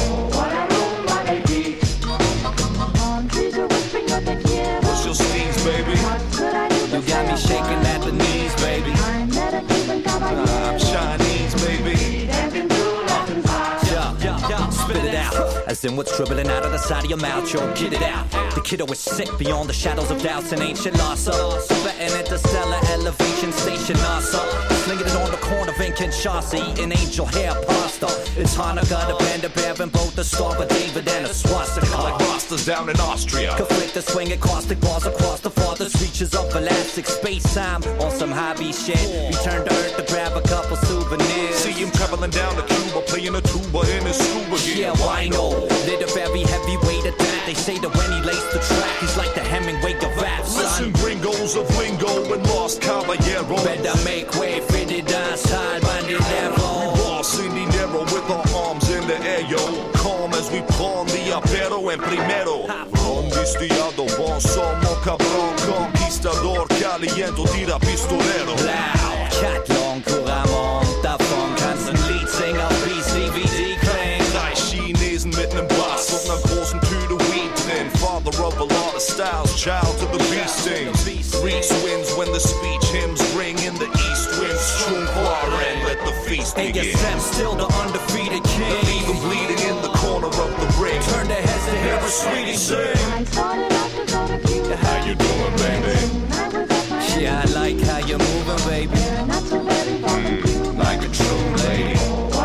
What's your steez, baby? You got me shaking at the knees, baby. Uh, I'm Chinese, baby. Yeah, yeah, yeah, spit it out. As in what's dribbling out of the side of your mouth, yo, get it out. The kiddo is sick beyond the shadows of doubts and ancient loss. So betting at the stellar elevation station, NASA. Slinging it on the corner of Kinshasa, eating angel hair pasta. It's Hanukkah, the band of bear and both the star, but David and a swastika. Like Rastas down in Austria. Conflict the swinging caustic bars across the farthest reaches of elastic space-time. On some hobby shit, return to Earth to grab a couple souvenirs. See him traveling down to Cuba, playing a tuba in his scuba gear. Yeah, why no? They're the very heavyweight of that. They say that when he lays the track, he's like the Hemingway of rap, son. Listen, gringos of Ringo and Lost Caballero. Better make way for the dance hall, bandolero. We boss in dinero with our arms in the air, yo. Calm as we pawn the apero en primero. Condistiado, bon somos cabrón, conquistador, caliento, tira pistolero. Loud, cat long, couramment, davon kannst ein Lied singen auf B C V D klingt. Drei Chinesen mit nem Bass und ner großen Tüte Weed drin. Father of a lot of styles, child to the beast things. Reese wins when the speech hymns ring in the east wind. Strong far and let the feast begin. A S M still the undefeated king. Leave them bleeding in the corner of the ring. Turn their heads to hear a sweetie sing. How you doing, baby? Yeah, I like how you're moving, baby. Mm, like a true lady.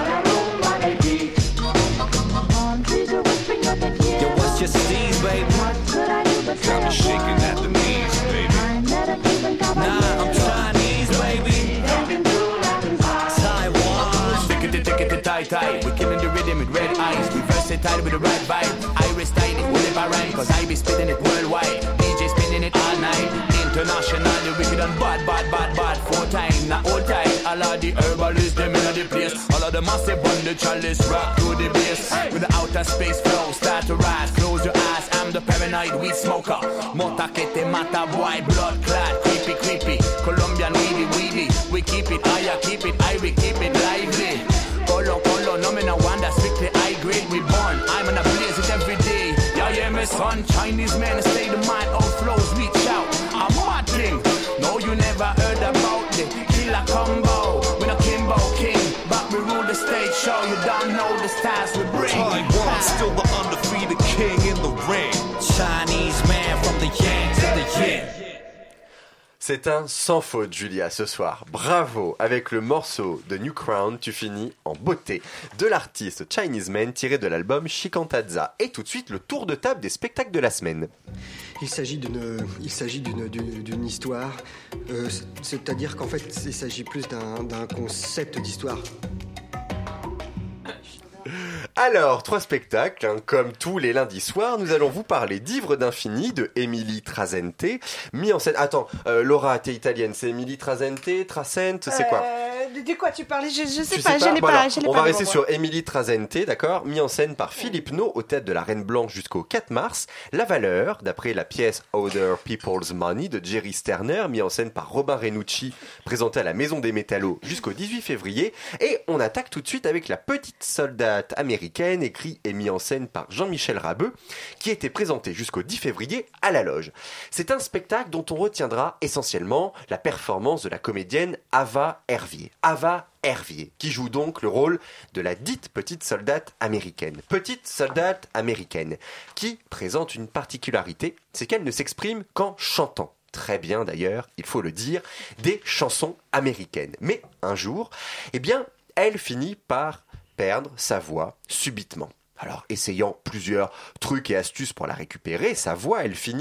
Yo, what's your steez, baby? Got me shaking at the knees, baby. Nah, I'm Chinese, baby. Taiwan. Stick it, stick it, tight, tight. We're killing the rhythm with red eyes. We versatile with the right vibe. Iris tight, it will never rhyme. Cause I be spitting it worldwide. D J spinning it all night. Internationally wicked and bad, bad, bad, bad. Four time, not all time. All of the herbalists, them in the place. All of the massive on the chalice, rock to the bass. With the outer space flow, start to rise. Close your eyes, I'm the paranoid weed smoker. Mota que te mata, boy, blood clot. Creepy, creepy, Colombian weedy, weedy. We keep it higher, keep it high, we keep it lively. Colo, colo, no me no wonder, strictly high grade, we born. I'm in a blaze it every day. Yeah, yeah, my son, Chinese men, stay the mind, all flows, reach out. I'm mad thing. No, you never heard about the killer combo. We're not Kimbo King, but we rule the stage show. You don't know the styles we bring. Taiwan, still the undefeated king in the ring. Chinese man from the yang to the yin. C'est un sans faute, Julia, ce soir. Bravo! Avec le morceau de New Crown, tu finis en beauté de l'artiste Chinese Man tiré de l'album Shikantaza. Et tout de suite, le tour de table des spectacles de la semaine. Il s'agit d'une, il s'agit d'une, d'une, d'une histoire. Euh, c'est-à-dire qu'en fait, il s'agit plus d'un, d'un concept d'histoire. Alors, trois spectacles, hein, comme tous les lundis soirs, nous allons vous parler d'Ivre d'infini de Émilie Trasente, mis en scène... Attends, euh, Laura, t'es italienne, c'est Émilie Trasente, Trasente, c'est quoi euh, De quoi tu parlais? Je, je sais tu pas, sais je pas l'ai bon, pas, alors, je l'ai on pas va rester devant sur moi. Émilie Trasente, d'accord, mis en scène par Philippe No au théâtre de la Reine Blanche jusqu'au quatre mars. La Valeur, d'après la pièce Other People's Money de Jerry Sterner, mis en scène par Robin Renucci, présenté à la Maison des Métallos jusqu'au dix-huit février. Et on attaque tout de suite avec La Petite Soldate américaine, écrit et mis en scène par Jean-Michel Rabeux, qui a été présenté jusqu'au dix février à la Loge. C'est un spectacle dont on retiendra essentiellement la performance de la comédienne Ava Hervier. Ava Hervier, qui joue donc le rôle de la dite petite soldate américaine. Petite soldate américaine, qui présente une particularité, c'est qu'elle ne s'exprime qu'en chantant. Très bien d'ailleurs, il faut le dire, des chansons américaines. Mais un jour, eh bien, elle finit par perdre sa voix subitement. Alors, essayant plusieurs trucs et astuces pour la récupérer, sa voix, elle finit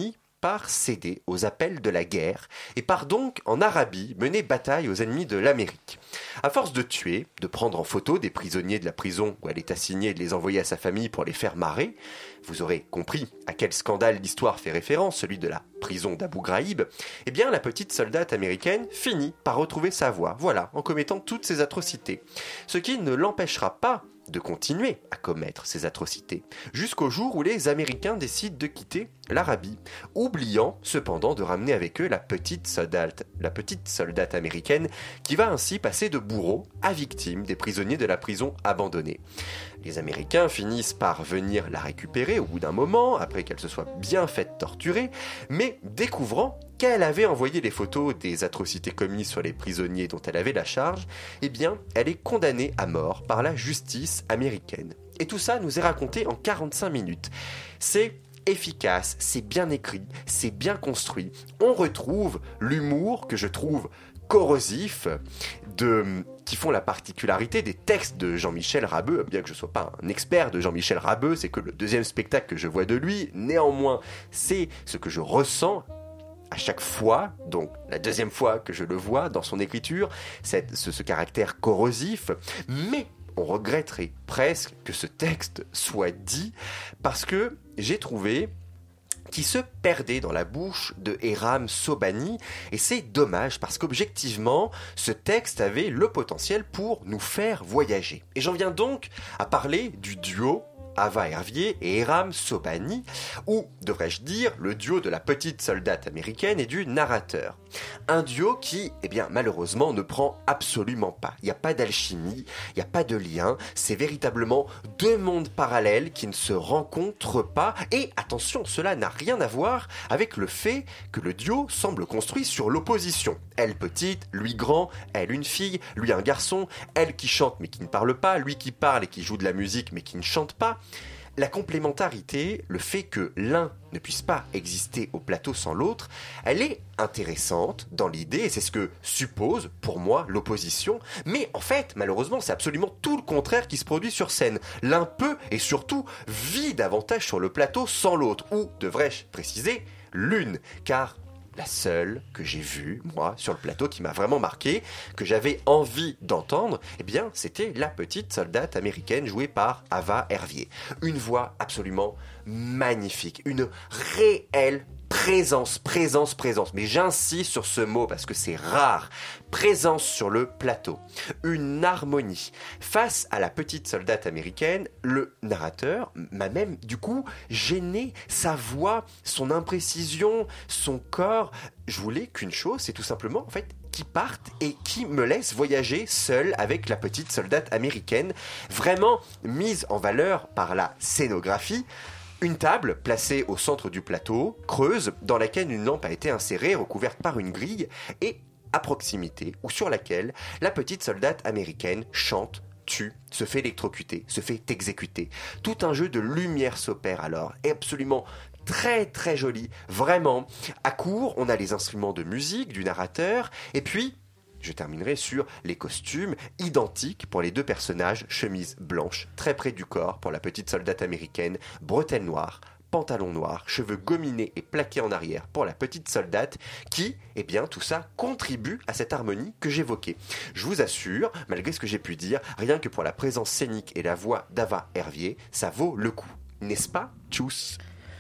par céder aux appels de la guerre et part donc en Arabie mener bataille aux ennemis de l'Amérique. À force de tuer, de prendre en photo des prisonniers de la prison où elle est assignée et de les envoyer à sa famille pour les faire marrer, vous aurez compris à quel scandale l'histoire fait référence, celui de la prison d'Abu Ghraib, eh bien la petite soldate américaine finit par retrouver sa voie, voilà, en commettant toutes ces atrocités. Ce qui ne l'empêchera pas de continuer à commettre ces atrocités, jusqu'au jour où les Américains décident de quitter l'Arabie, oubliant cependant de ramener avec eux la petite soldate, la petite soldate américaine qui va ainsi passer de bourreau à victime des prisonniers de la prison abandonnée. Les Américains finissent par venir la récupérer au bout d'un moment, après qu'elle se soit bien faite torturer, mais découvrant qu'elle avait envoyé les photos des atrocités commises sur les prisonniers dont elle avait la charge, eh bien, elle est condamnée à mort par la justice américaine. Et tout ça nous est raconté en quarante-cinq minutes. C'est efficace, c'est bien écrit, c'est bien construit. On retrouve l'humour que je trouve corrosif, de, qui font la particularité des textes de Jean-Michel Rabeux. Bien que je ne sois pas un expert de Jean-Michel Rabeux, c'est que le deuxième spectacle que je vois de lui, néanmoins, c'est ce que je ressens à chaque fois, donc la deuxième fois que je le vois dans son écriture, cette, ce, ce caractère corrosif, mais on regretterait presque que ce texte soit dit, parce que j'ai trouvé qui se perdait dans la bouche de Ehram Sobhani, et c'est dommage parce qu'objectivement, ce texte avait le potentiel pour nous faire voyager. Et j'en viens donc à parler du duo Ava Hervier et Ehram Sobhani, ou, devrais-je dire, le duo de la petite soldate américaine et du narrateur. Un duo qui, eh bien, malheureusement, ne prend absolument pas. Il n'y a pas d'alchimie, il n'y a pas de lien, c'est véritablement deux mondes parallèles qui ne se rencontrent pas, et attention, cela n'a rien à voir avec le fait que le duo semble construit sur l'opposition. Elle petite, lui grand, elle une fille, lui un garçon, elle qui chante mais qui ne parle pas, lui qui parle et qui joue de la musique mais qui ne chante pas. La complémentarité, le fait que l'un ne puisse pas exister au plateau sans l'autre, elle est intéressante dans l'idée, et c'est ce que suppose, pour moi, l'opposition, mais en fait, malheureusement, c'est absolument tout le contraire qui se produit sur scène. L'un peut, et surtout, vit davantage sur le plateau sans l'autre, ou, devrais-je préciser, l'une, car la seule que j'ai vue, moi, sur le plateau, qui m'a vraiment marqué, que j'avais envie d'entendre, eh bien, c'était la petite soldate américaine jouée par Ava Hervier. Une voix absolument magnifique, une réelle présence, présence, présence. Mais j'insiste sur ce mot parce que c'est rare. Présence sur le plateau. Une harmonie. Face à la petite soldate américaine, le narrateur m'a même, du coup, gêné. Sa voix, son imprécision, son corps. Je voulais qu'une chose, c'est tout simplement, en fait, qui parte et qui me laisse voyager seul avec la petite soldate américaine, vraiment mise en valeur par la scénographie. Une table placée au centre du plateau, creuse, dans laquelle une lampe a été insérée, recouverte par une grille, et à proximité, ou sur laquelle la petite soldate américaine chante, tue, se fait électrocuter, se fait exécuter. Tout un jeu de lumière s'opère alors, et absolument très très joli, vraiment. À court, on a les instruments de musique du narrateur, et puis je terminerai sur les costumes identiques pour les deux personnages, chemise blanche, très près du corps pour la petite soldate américaine, bretelles noires, pantalon noir, cheveux gominés et plaqués en arrière pour la petite soldate qui, eh bien, tout ça contribue à cette harmonie que j'évoquais. Je vous assure, malgré ce que j'ai pu dire, rien que pour la présence scénique et la voix d'Ava Hervier, ça vaut le coup. N'est-ce pas, Tchuss ?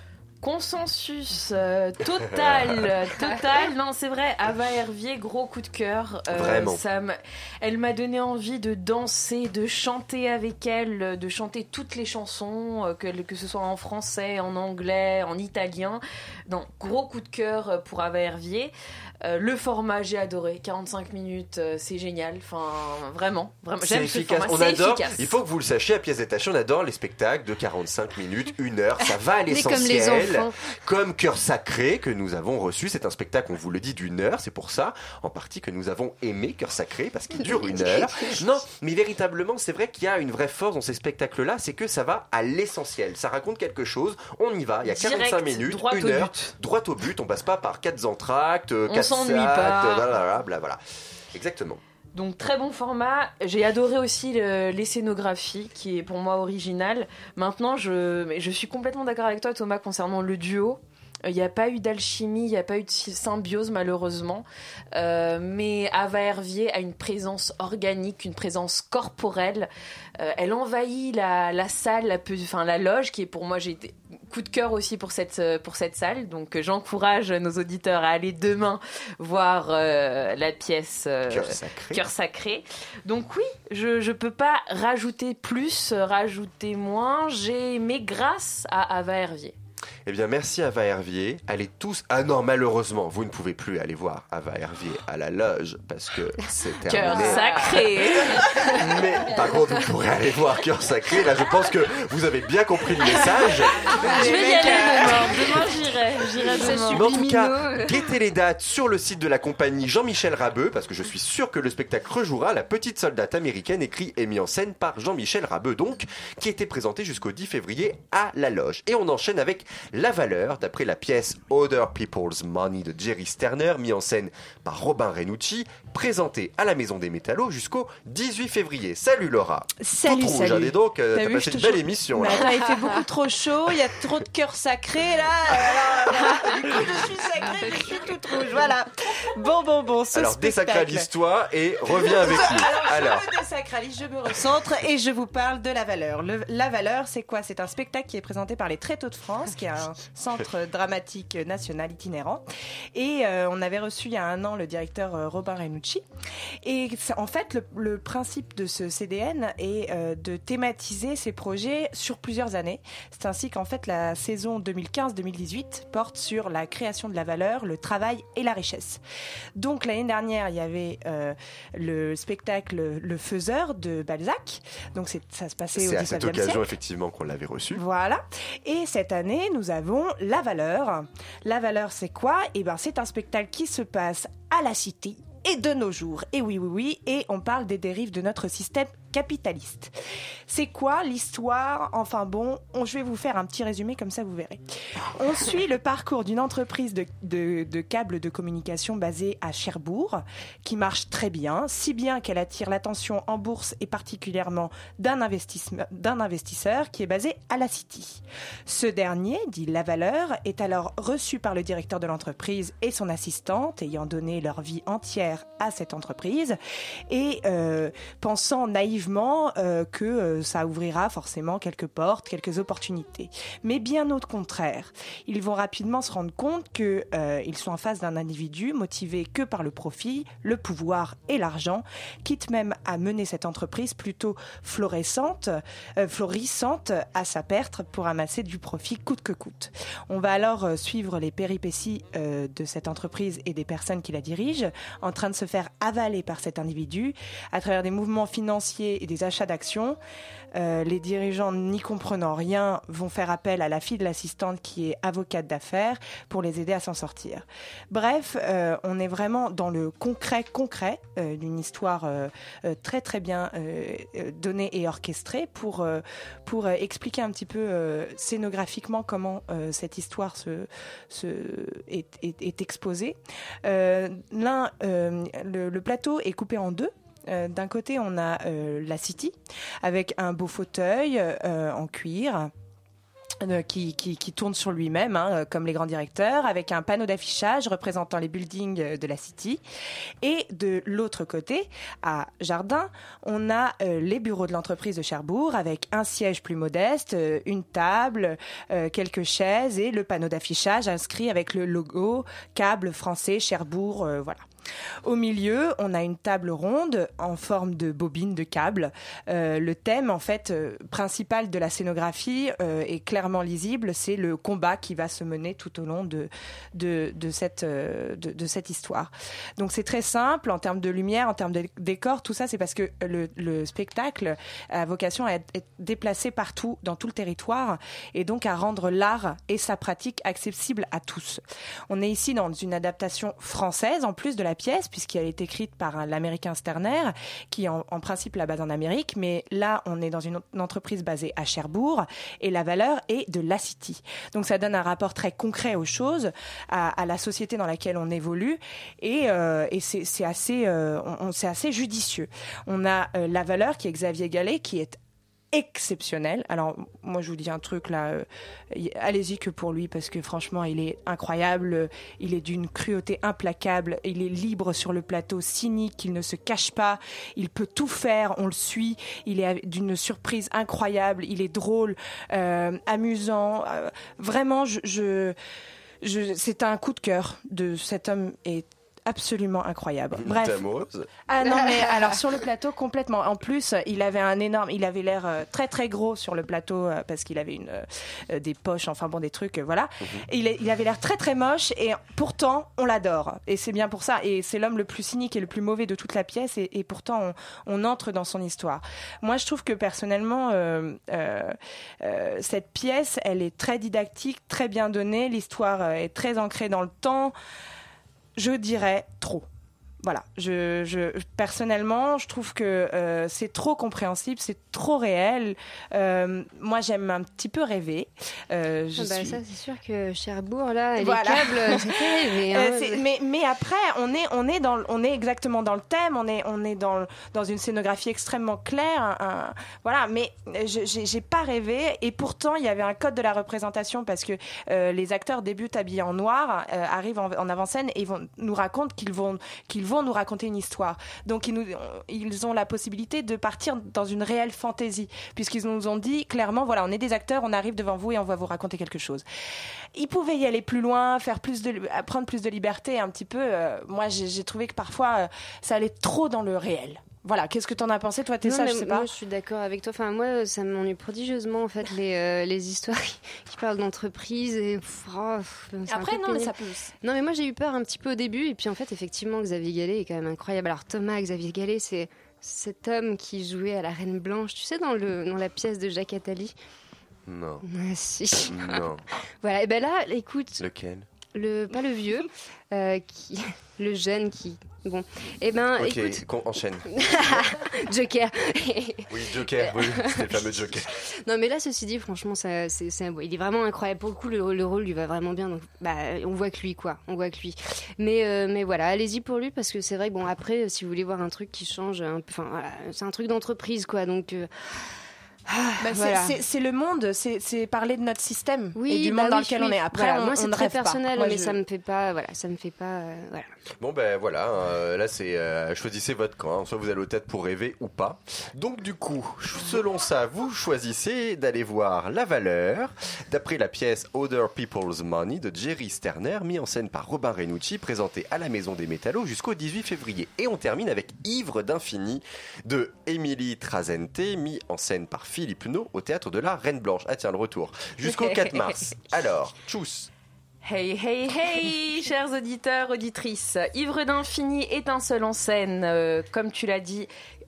Consensus euh, total, total. Non, c'est vrai. Ava Hervier, gros coup de cœur. Euh, Vraiment. Ça m- elle m'a donné envie de danser, de chanter avec elle, de chanter toutes les chansons, euh, que, que ce soit en français, en anglais, en italien. Non, gros coup de cœur pour Ava Hervier. Euh, le format, j'ai adoré. quarante-cinq minutes, euh, c'est génial. Enfin, vraiment, vraiment. C'est J'aime efficace. ce format. On C'est adore. efficace. Il faut que vous le sachiez, à Pièces Détachées, on adore les spectacles de quarante-cinq minutes, une heure. Ça va à Mais l'essentiel. comme les enfants. Comme Cœur Sacré que nous avons reçu. C'est un spectacle, on vous le dit, d'une heure. C'est pour ça, en partie, que nous avons aimé Cœur Sacré parce qu'il dure une heure. Non, mais véritablement, c'est vrai qu'il y a une vraie force dans ces spectacles-là, c'est que ça va à l'essentiel. Ça raconte quelque chose. On y va. Il y a Direct, quarante-cinq minutes, droit une au heure, but. droit au but. On passe pas par quatre entractes, On quatre s'ennuie actes, pas. blablabla, blablabla. Exactement. Donc très bon format. J'ai adoré aussi le, les scénographies, qui est pour moi originale. Maintenant, je, mais je suis complètement d'accord avec toi, Thomas, concernant le duo. Il n'y a pas eu d'alchimie, il n'y a pas eu de symbiose malheureusement. Euh, mais Ava Hervier a une présence organique, une présence corporelle. Euh, elle envahit la, la salle, la, enfin la loge, qui est pour moi, j'ai été coup de cœur aussi pour cette, pour cette salle. Donc j'encourage nos auditeurs à aller demain voir euh, la pièce euh, Cœur sacré. Cœur sacré. Donc oui, je ne peux pas rajouter plus, rajouter moins. J'ai aimé grâce à Ava Hervier. Eh bien, merci Ava Hervier. Allez tous... Ah non, malheureusement, vous ne pouvez plus aller voir Ava Hervier à la loge parce que c'est terminé. Cœur sacré. Mais par contre, vous pourrez aller voir Cœur sacré. Là, je pense que vous avez bien compris le message. Je vais y aller demain. Demain, j'irai. J'irai demain. Mais en tout cas, guettez les dates sur le site de la compagnie Jean-Michel Rabeux parce que je suis sûr que le spectacle rejouera La Petite Soldate américaine, écrit et mis en scène par Jean-Michel Rabeux, donc, qui était présenté jusqu'au dix février à la loge. Et on enchaîne avec La Valeur, d'après la pièce Other People's Money de Jerry Sterner, mis en scène par Robin Renucci, présenté à la Maison des Métallos jusqu'au dix-huit février. Salut Laura. Salut, Toute rouge, salut. hein, dis donc, euh, T'as t'as vu, passé je une te belle chaud- émission. Mais Là. attends, il fait beaucoup trop chaud, il y a trop de cœur sacré là. Alors, voilà. Du coup, je suis sacrée, je suis toute rouge. Voilà. Bon, bon, bon. Ce Alors, spectacle. désacralise-toi et reviens avec nous. Alors, Alors. je me désacralise, je me recentre et je vous parle de La Valeur. Le- La Valeur, c'est quoi ? C'est un spectacle qui est présenté par les Tréteaux de France, qui est un centre dramatique national itinérant. Et euh, on avait reçu il y a un an le directeur euh, Robin Renucci. Et c'est- en fait, le, le principe de ce C D N est euh, de thématiser ces projets sur plusieurs années. C'est ainsi qu'en fait, la saison deux mille quinze deux mille dix-huit porte sur la création de la valeur, le travail et la richesse. Donc l'année dernière, il y avait euh, le spectacle Le Faiseur de Balzac. Donc c'est, ça se passait au C'est à cette dix-neuvième occasion, siècle. effectivement, qu'on l'avait reçu. Voilà. Et cette année, nous avons La Valeur. La Valeur, c'est quoi ? Eh ben, c'est un spectacle qui se passe à la Cité et de nos jours. Et oui, oui, oui. Et on parle des dérives de notre système capitaliste. C'est quoi l'histoire ? Enfin bon, on, je vais vous faire un petit résumé, comme ça vous verrez. On suit le parcours d'une entreprise de, de, de câbles de communication basée à Cherbourg, qui marche très bien, si bien qu'elle attire l'attention en bourse et particulièrement d'un, investissement- d'un investisseur qui est basé à la City. Ce dernier, dit La Valeur, est alors reçu par le directeur de l'entreprise et son assistante, ayant donné leur vie entière à cette entreprise, et euh, pensant naïvement euh, que euh, ça ouvrira forcément quelques portes, quelques opportunités. Mais bien au contraire, ils vont rapidement se rendre compte qu'ils euh, sont en face d'un individu motivé que par le profit, le pouvoir et l'argent, quitte même à mener cette entreprise plutôt florissante, euh, florissante à sa perte pour amasser du profit coûte que coûte. On va alors euh, suivre les péripéties euh, de cette entreprise et des personnes qui la dirigent, en train de se faire avaler par cet individu à travers des mouvements financiers et des achats d'actions. Euh, les dirigeants, n'y comprenant rien, vont faire appel à la fille de l'assistante qui est avocate d'affaires pour les aider à s'en sortir. Bref, euh, on est vraiment dans le concret concret euh, d'une histoire euh, euh, très très bien euh, euh, donnée et orchestrée pour, euh, pour euh, expliquer un petit peu euh, scénographiquement comment euh, cette histoire se, se, est, est, est exposée. Euh, l'un, euh, le, le plateau est coupé en deux. Euh, d'un côté, on a euh, la City, avec un beau fauteuil euh, en cuir, euh, qui, qui, qui tourne sur lui-même, hein, comme les grands directeurs, avec un panneau d'affichage représentant les buildings de la City. Et de l'autre côté, à Jardin, on a euh, les bureaux de l'entreprise de Cherbourg, avec un siège plus modeste, euh, une table, euh, quelques chaises et le panneau d'affichage inscrit avec le logo câble français Cherbourg, euh, voilà. Au milieu, on a une table ronde en forme de bobine de câble. Euh, le thème, en fait, euh, principal de la scénographie euh, est clairement lisible. C'est le combat qui va se mener tout au long de de, de cette euh, de, de cette histoire. Donc c'est très simple en termes de lumière, en termes de décor. Tout ça, c'est parce que le, le spectacle a vocation à être déplacé partout dans tout le territoire et donc à rendre l'art et sa pratique accessibles à tous. On est ici dans une adaptation française en plus de la pièce, puisqu'elle est écrite par un, l'américain Sterner, qui en, en principe la base en Amérique, mais là on est dans une, une entreprise basée à Cherbourg et la valeur est de la City. Donc ça donne un rapport très concret aux choses, à, à la société dans laquelle on évolue, et, euh, et c'est, c'est, assez, euh, on, c'est assez judicieux. On a euh, la valeur qui est Xavier Gallet, qui est exceptionnel. Alors moi je vous dis un truc là, euh, allez-y que pour lui parce que franchement il est incroyable, il est d'une cruauté implacable, il est libre sur le plateau, cynique, il ne se cache pas, il peut tout faire, on le suit, il est d'une surprise incroyable, il est drôle, euh, amusant, euh, vraiment je, je, je, c'est un coup de cœur de cet homme est absolument incroyable. Bref. T'es amoureuse ? Ah non mais alors sur le plateau complètement. En plus, il avait un énorme, il avait l'air euh, très très gros sur le plateau euh, parce qu'il avait une euh, des poches, enfin bon des trucs, euh, voilà. Mm-hmm. Il, est, il avait l'air très très moche et pourtant on l'adore et c'est bien pour ça. Et c'est l'homme le plus cynique et le plus mauvais de toute la pièce et, et pourtant on, on entre dans son histoire. Moi je trouve que personnellement euh, euh, euh, cette pièce, elle est très didactique, très bien donnée. L'histoire euh, est très ancrée dans le temps. Je dirais trop. Voilà, je, je, personnellement, je trouve que euh, c'est trop compréhensible, c'est trop réel. Euh, moi, j'aime un petit peu rêver. Euh, je ah bah suis... Ça, c'est sûr que Cherbourg, là, les voilà. câbles, ça fait rêver. Hein. Euh, c'est, mais, mais après, on est, on, est dans, on est exactement dans le thème, on est, on est dans, dans une scénographie extrêmement claire. Un, un, voilà, mais je, j'ai, j'ai pas rêvé. Et pourtant, il y avait un code de la représentation parce que euh, les acteurs débutent habillés en noir, euh, arrivent en, en avant-scène et ils vont, nous racontent qu'ils vont, qu'ils vont nous raconter une histoire. Donc ils, nous, ils ont la possibilité de partir dans une réelle fantaisie, puisqu'ils nous ont dit clairement, voilà, on est des acteurs, on arrive devant vous et on va vous raconter quelque chose. Ils pouvaient y aller plus loin, faire plus de, prendre plus de liberté un petit peu. Euh, moi, j'ai, j'ai trouvé que parfois, euh, ça allait trop dans le réel. Voilà, qu'est-ce que t'en as pensé, toi, Tessa, je sais pas. Moi, je suis d'accord avec toi. Enfin, moi, ça m'ennuie prodigieusement, en fait, les, euh, les histoires qui, qui parlent d'entreprise. Et, pff, oh, pff, après, non, mais ça peut... Non, mais moi, j'ai eu peur un petit peu au début. Et puis, en fait, effectivement, Xavier Gallet est quand même incroyable. Alors, Thomas, Xavier Gallet, c'est cet homme qui jouait à la Reine Blanche. Tu sais, dans, le, dans la pièce de Jacques Attali. Non. Ah, si. Non. Voilà, et ben là, écoute... Lequel ? Le, pas le vieux, euh, qui, le jeune qui... Bon, eh ben, ok, écoute... qu'on enchaîne. Joker. Oui, Joker, oui, c'était le fameux Joker. Non, mais là, ceci dit, franchement, ça, c'est, c'est, il est vraiment incroyable. Pour le coup, le, le rôle lui va vraiment bien. Donc, bah, on voit que lui, quoi. On voit que lui. Mais, euh, mais voilà, allez-y pour lui, parce que c'est vrai que, bon, après, si vous voulez voir un truc qui change un peu... Enfin, voilà, c'est un truc d'entreprise, quoi, donc... Euh, Ah, bah voilà. c'est, c'est, c'est le monde, c'est, c'est parler de notre système oui, et du bah monde dans oui, lequel oui. on est. Après, voilà, on, moi c'est on ne très rêve personnel, pas. Moi, mais je... ça me fait pas, voilà, ça me fait pas, euh, voilà. Bon ben voilà, euh, là c'est euh, choisissez votre camp, hein, soit vous allez au théâtre pour rêver ou pas. Donc du coup, selon ça, vous choisissez d'aller voir La Valeur, d'après la pièce Other People's Money de Jerry Sterner, mis en scène par Robin Renucci, présenté à la Maison des Métallos jusqu'au dix-huit février. Et on termine avec Ivre d'infini de Émilie Trasente, mis en scène par Philippe Naud au théâtre de la Reine Blanche. Ah tiens, le retour. Jusqu'au quatre mars. Alors, tchuss. Hey, hey, hey, chers auditeurs, auditrices. Ivre d'infini est un seul en scène, euh, comme tu l'as dit,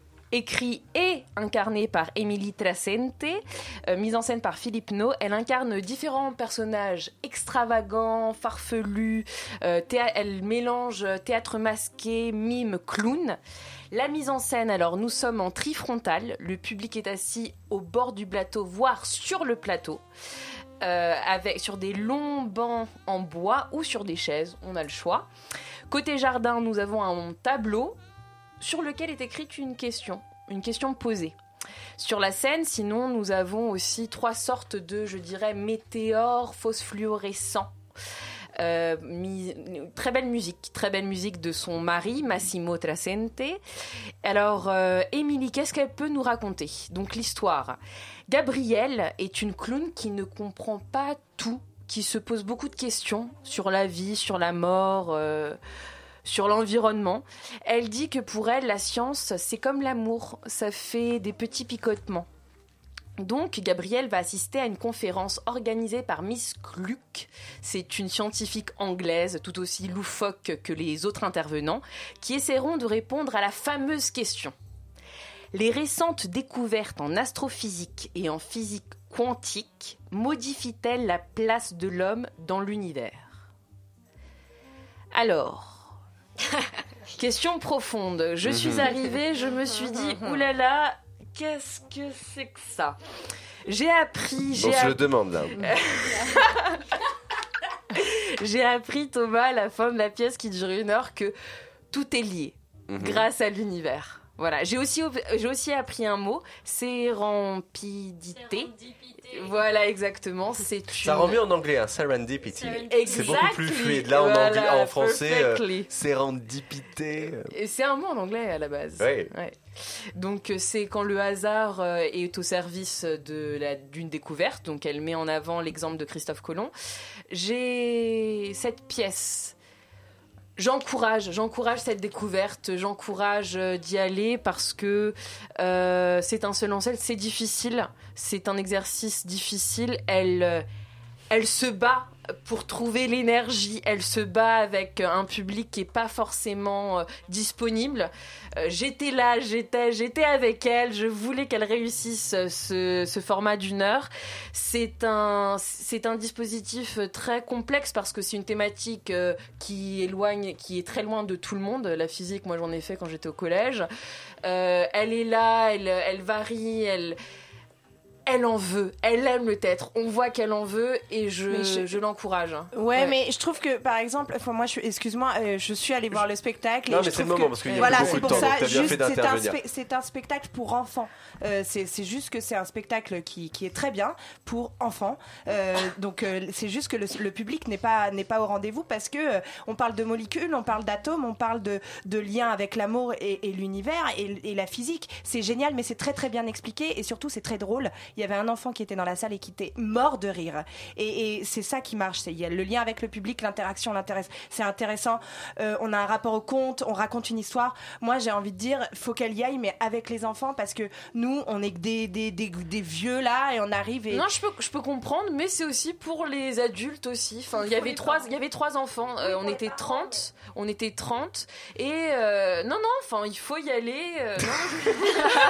écrit et incarné par Émilie Trasente, euh, mise en scène par Philippe Naud. Elle incarne différents personnages extravagants, farfelus. Euh, théâ- elle mélange théâtre masqué, mime, clown. La mise en scène, alors nous sommes en trifrontal. Le public est assis au bord du plateau, voire sur le plateau. Euh, avec, sur des longs bancs en bois ou sur des chaises, on a le choix. Côté jardin, nous avons un tableau sur lequel est écrite une question, une question posée. Sur la scène, sinon, nous avons aussi trois sortes de, je dirais, météores phosphorescents. Euh, mi- très belle musique, très belle musique de son mari Massimo Trasente. Alors, euh, Émilie, qu'est-ce qu'elle peut nous raconter ? Donc l'histoire. Gabrielle est une clown qui ne comprend pas tout, qui se pose beaucoup de questions sur la vie, sur la mort, euh, sur l'environnement. Elle dit que pour elle, la science, c'est comme l'amour, ça fait des petits picotements. Donc, Gabrielle va assister à une conférence organisée par Miss Gluck. C'est une scientifique anglaise, tout aussi loufoque que les autres intervenants, qui essaieront de répondre à la fameuse question. Les récentes découvertes en astrophysique et en physique quantique modifient-elles la place de l'homme dans l'univers ? Alors, question profonde. Je suis arrivée, je me suis dit, oulala, qu'est-ce que c'est que ça ? J'ai appris... J'ai On se app... le demande là. J'ai appris, Thomas, à la fin de la pièce qui dure une heure, que tout est lié Mhm. grâce à l'univers. Voilà, j'ai aussi, j'ai aussi appris un mot, sérendipité. Voilà, exactement. C'est une... Ça rend mieux en anglais, hein, serendipity. Exactly. C'est beaucoup plus fluide. Là, en, voilà, anglais, en français, euh, sérendipité. Et c'est un mot en anglais à la base. Oui. Ouais. Donc, c'est quand le hasard est au service de la, d'une découverte. Donc, elle met en avant l'exemple de Christophe Colomb. J'ai cette pièce. J'encourage, j'encourage cette découverte, j'encourage d'y aller parce que euh, c'est un seul en scène, c'est difficile, c'est un exercice difficile. Elle, elle se bat pour trouver l'énergie, elle se bat avec un public qui est pas forcément euh, disponible. Euh, j'étais là, j'étais, j'étais avec elle, je voulais qu'elle réussisse ce, ce format d'une heure. C'est un, c'est un dispositif très complexe parce que c'est une thématique euh, qui éloigne, qui est très loin de tout le monde. La physique, moi j'en ai fait quand j'étais au collège. Euh, elle est là, elle, elle varie, elle... Elle en veut, elle aime le théâtre, on voit qu'elle en veut et je, je... je l'encourage. Ouais, ouais, mais je trouve que par exemple, enfin, moi, je, excuse-moi, euh, je suis allée voir le spectacle. Non, et mais je c'est le trouve moment que, parce qu'il y a voilà, beaucoup de temps, ça, donc t'as bien juste, fait d'intervenir. C'est un, spe- c'est un spectacle pour enfants. Euh, c'est, c'est juste que c'est un spectacle qui, qui est très bien pour enfants. Euh, donc euh, c'est juste que le, le public n'est pas n'est pas au rendez-vous parce que euh, on parle de molécules, on parle d'atomes, on parle de de liens avec l'amour et, et l'univers et, et la physique. C'est génial, mais c'est très très bien expliqué et surtout c'est très drôle. Il y avait un enfant qui était dans la salle et qui était mort de rire. Et, et c'est ça qui marche. C'est, il y a le lien avec le public, l'interaction l'intéresse. C'est intéressant. Euh, on a un rapport au conte, on raconte une histoire. Moi, j'ai envie de dire, faut qu'elle y aille, mais avec les enfants, parce que nous, on est des, des, des, des vieux là, et on arrive et... Non, je peux, je peux comprendre, mais c'est aussi pour les adultes aussi. Enfin, il y avait trois, il y avait trois enfants. Euh, on était trente. On était trente. Et euh, non, non, enfin, il faut y aller. Euh, non, je... non,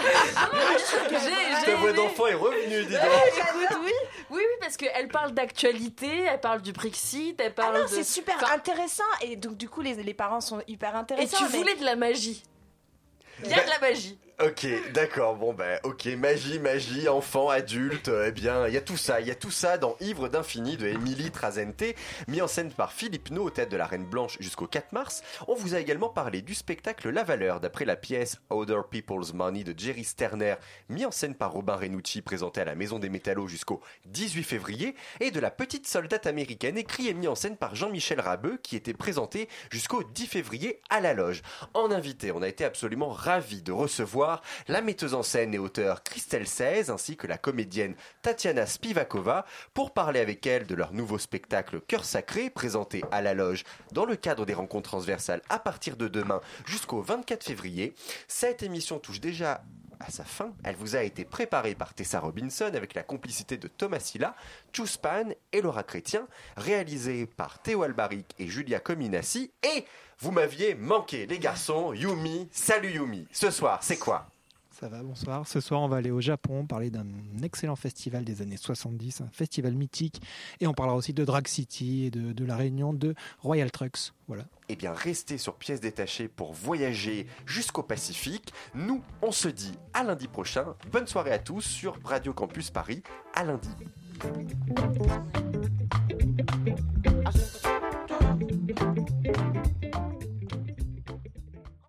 j'ai, j'ai Ta voix aimé. d'enfant est revenue, dis donc. Ouais, écoute, oui, oui, oui, parce qu'elle parle d'actualité, elle parle du Brexit, elle parle Ah non, de... c'est super enfin, intéressant. Et donc, du coup, les, les parents sont hyper et intéressants. tu mais... voulais de la magie. Il y a de la magie. Ok, d'accord, bon ben, ok, magie, magie, enfant, adulte, euh, eh bien, il y a tout ça, il y a tout ça dans Ivre d'infini de Émilie Trazente, mis en scène par Philippe No au théâtre de la Reine Blanche jusqu'au quatre mars. On vous a également parlé du spectacle La Valeur, d'après la pièce Other People's Money de Jerry Sterner, mis en scène par Robin Renucci, présenté à la Maison des Métallos jusqu'au dix-huit février, et de La Petite Soldate américaine, écrit et mis en scène par Jean-Michel Rabeux, qui était présenté jusqu'au dix février à la Loge. En invité, on a été absolument ravis de recevoir la metteuse en scène et auteure Christelle Seize ainsi que la comédienne Tatiana Spivakova pour parler avec elle de leur nouveau spectacle Cœur Sacré présenté à la Loge dans le cadre des rencontres transversales à partir de demain jusqu'au vingt-quatre février. Cette émission touche déjà à sa fin. Elle vous a été préparée par Tessa Robinson avec la complicité de Thomas Silla, Chuspan et Laura Chrétien, réalisée par Théo Albaric et Julia Cominassi. Et vous m'aviez manqué, les garçons. Yumi, salut Yumi. Ce soir, c'est quoi ? Ça va, bonsoir. Ce soir, on va aller au Japon parler d'un excellent festival des années soixante-dix, un festival mythique. Et on parlera aussi de Drag City et de, de la réunion de Royal Trucks. Voilà. Eh bien, restez sur Pièces détachées pour voyager jusqu'au Pacifique. Nous, on se dit à lundi prochain. Bonne soirée à tous sur Radio Campus Paris. À lundi.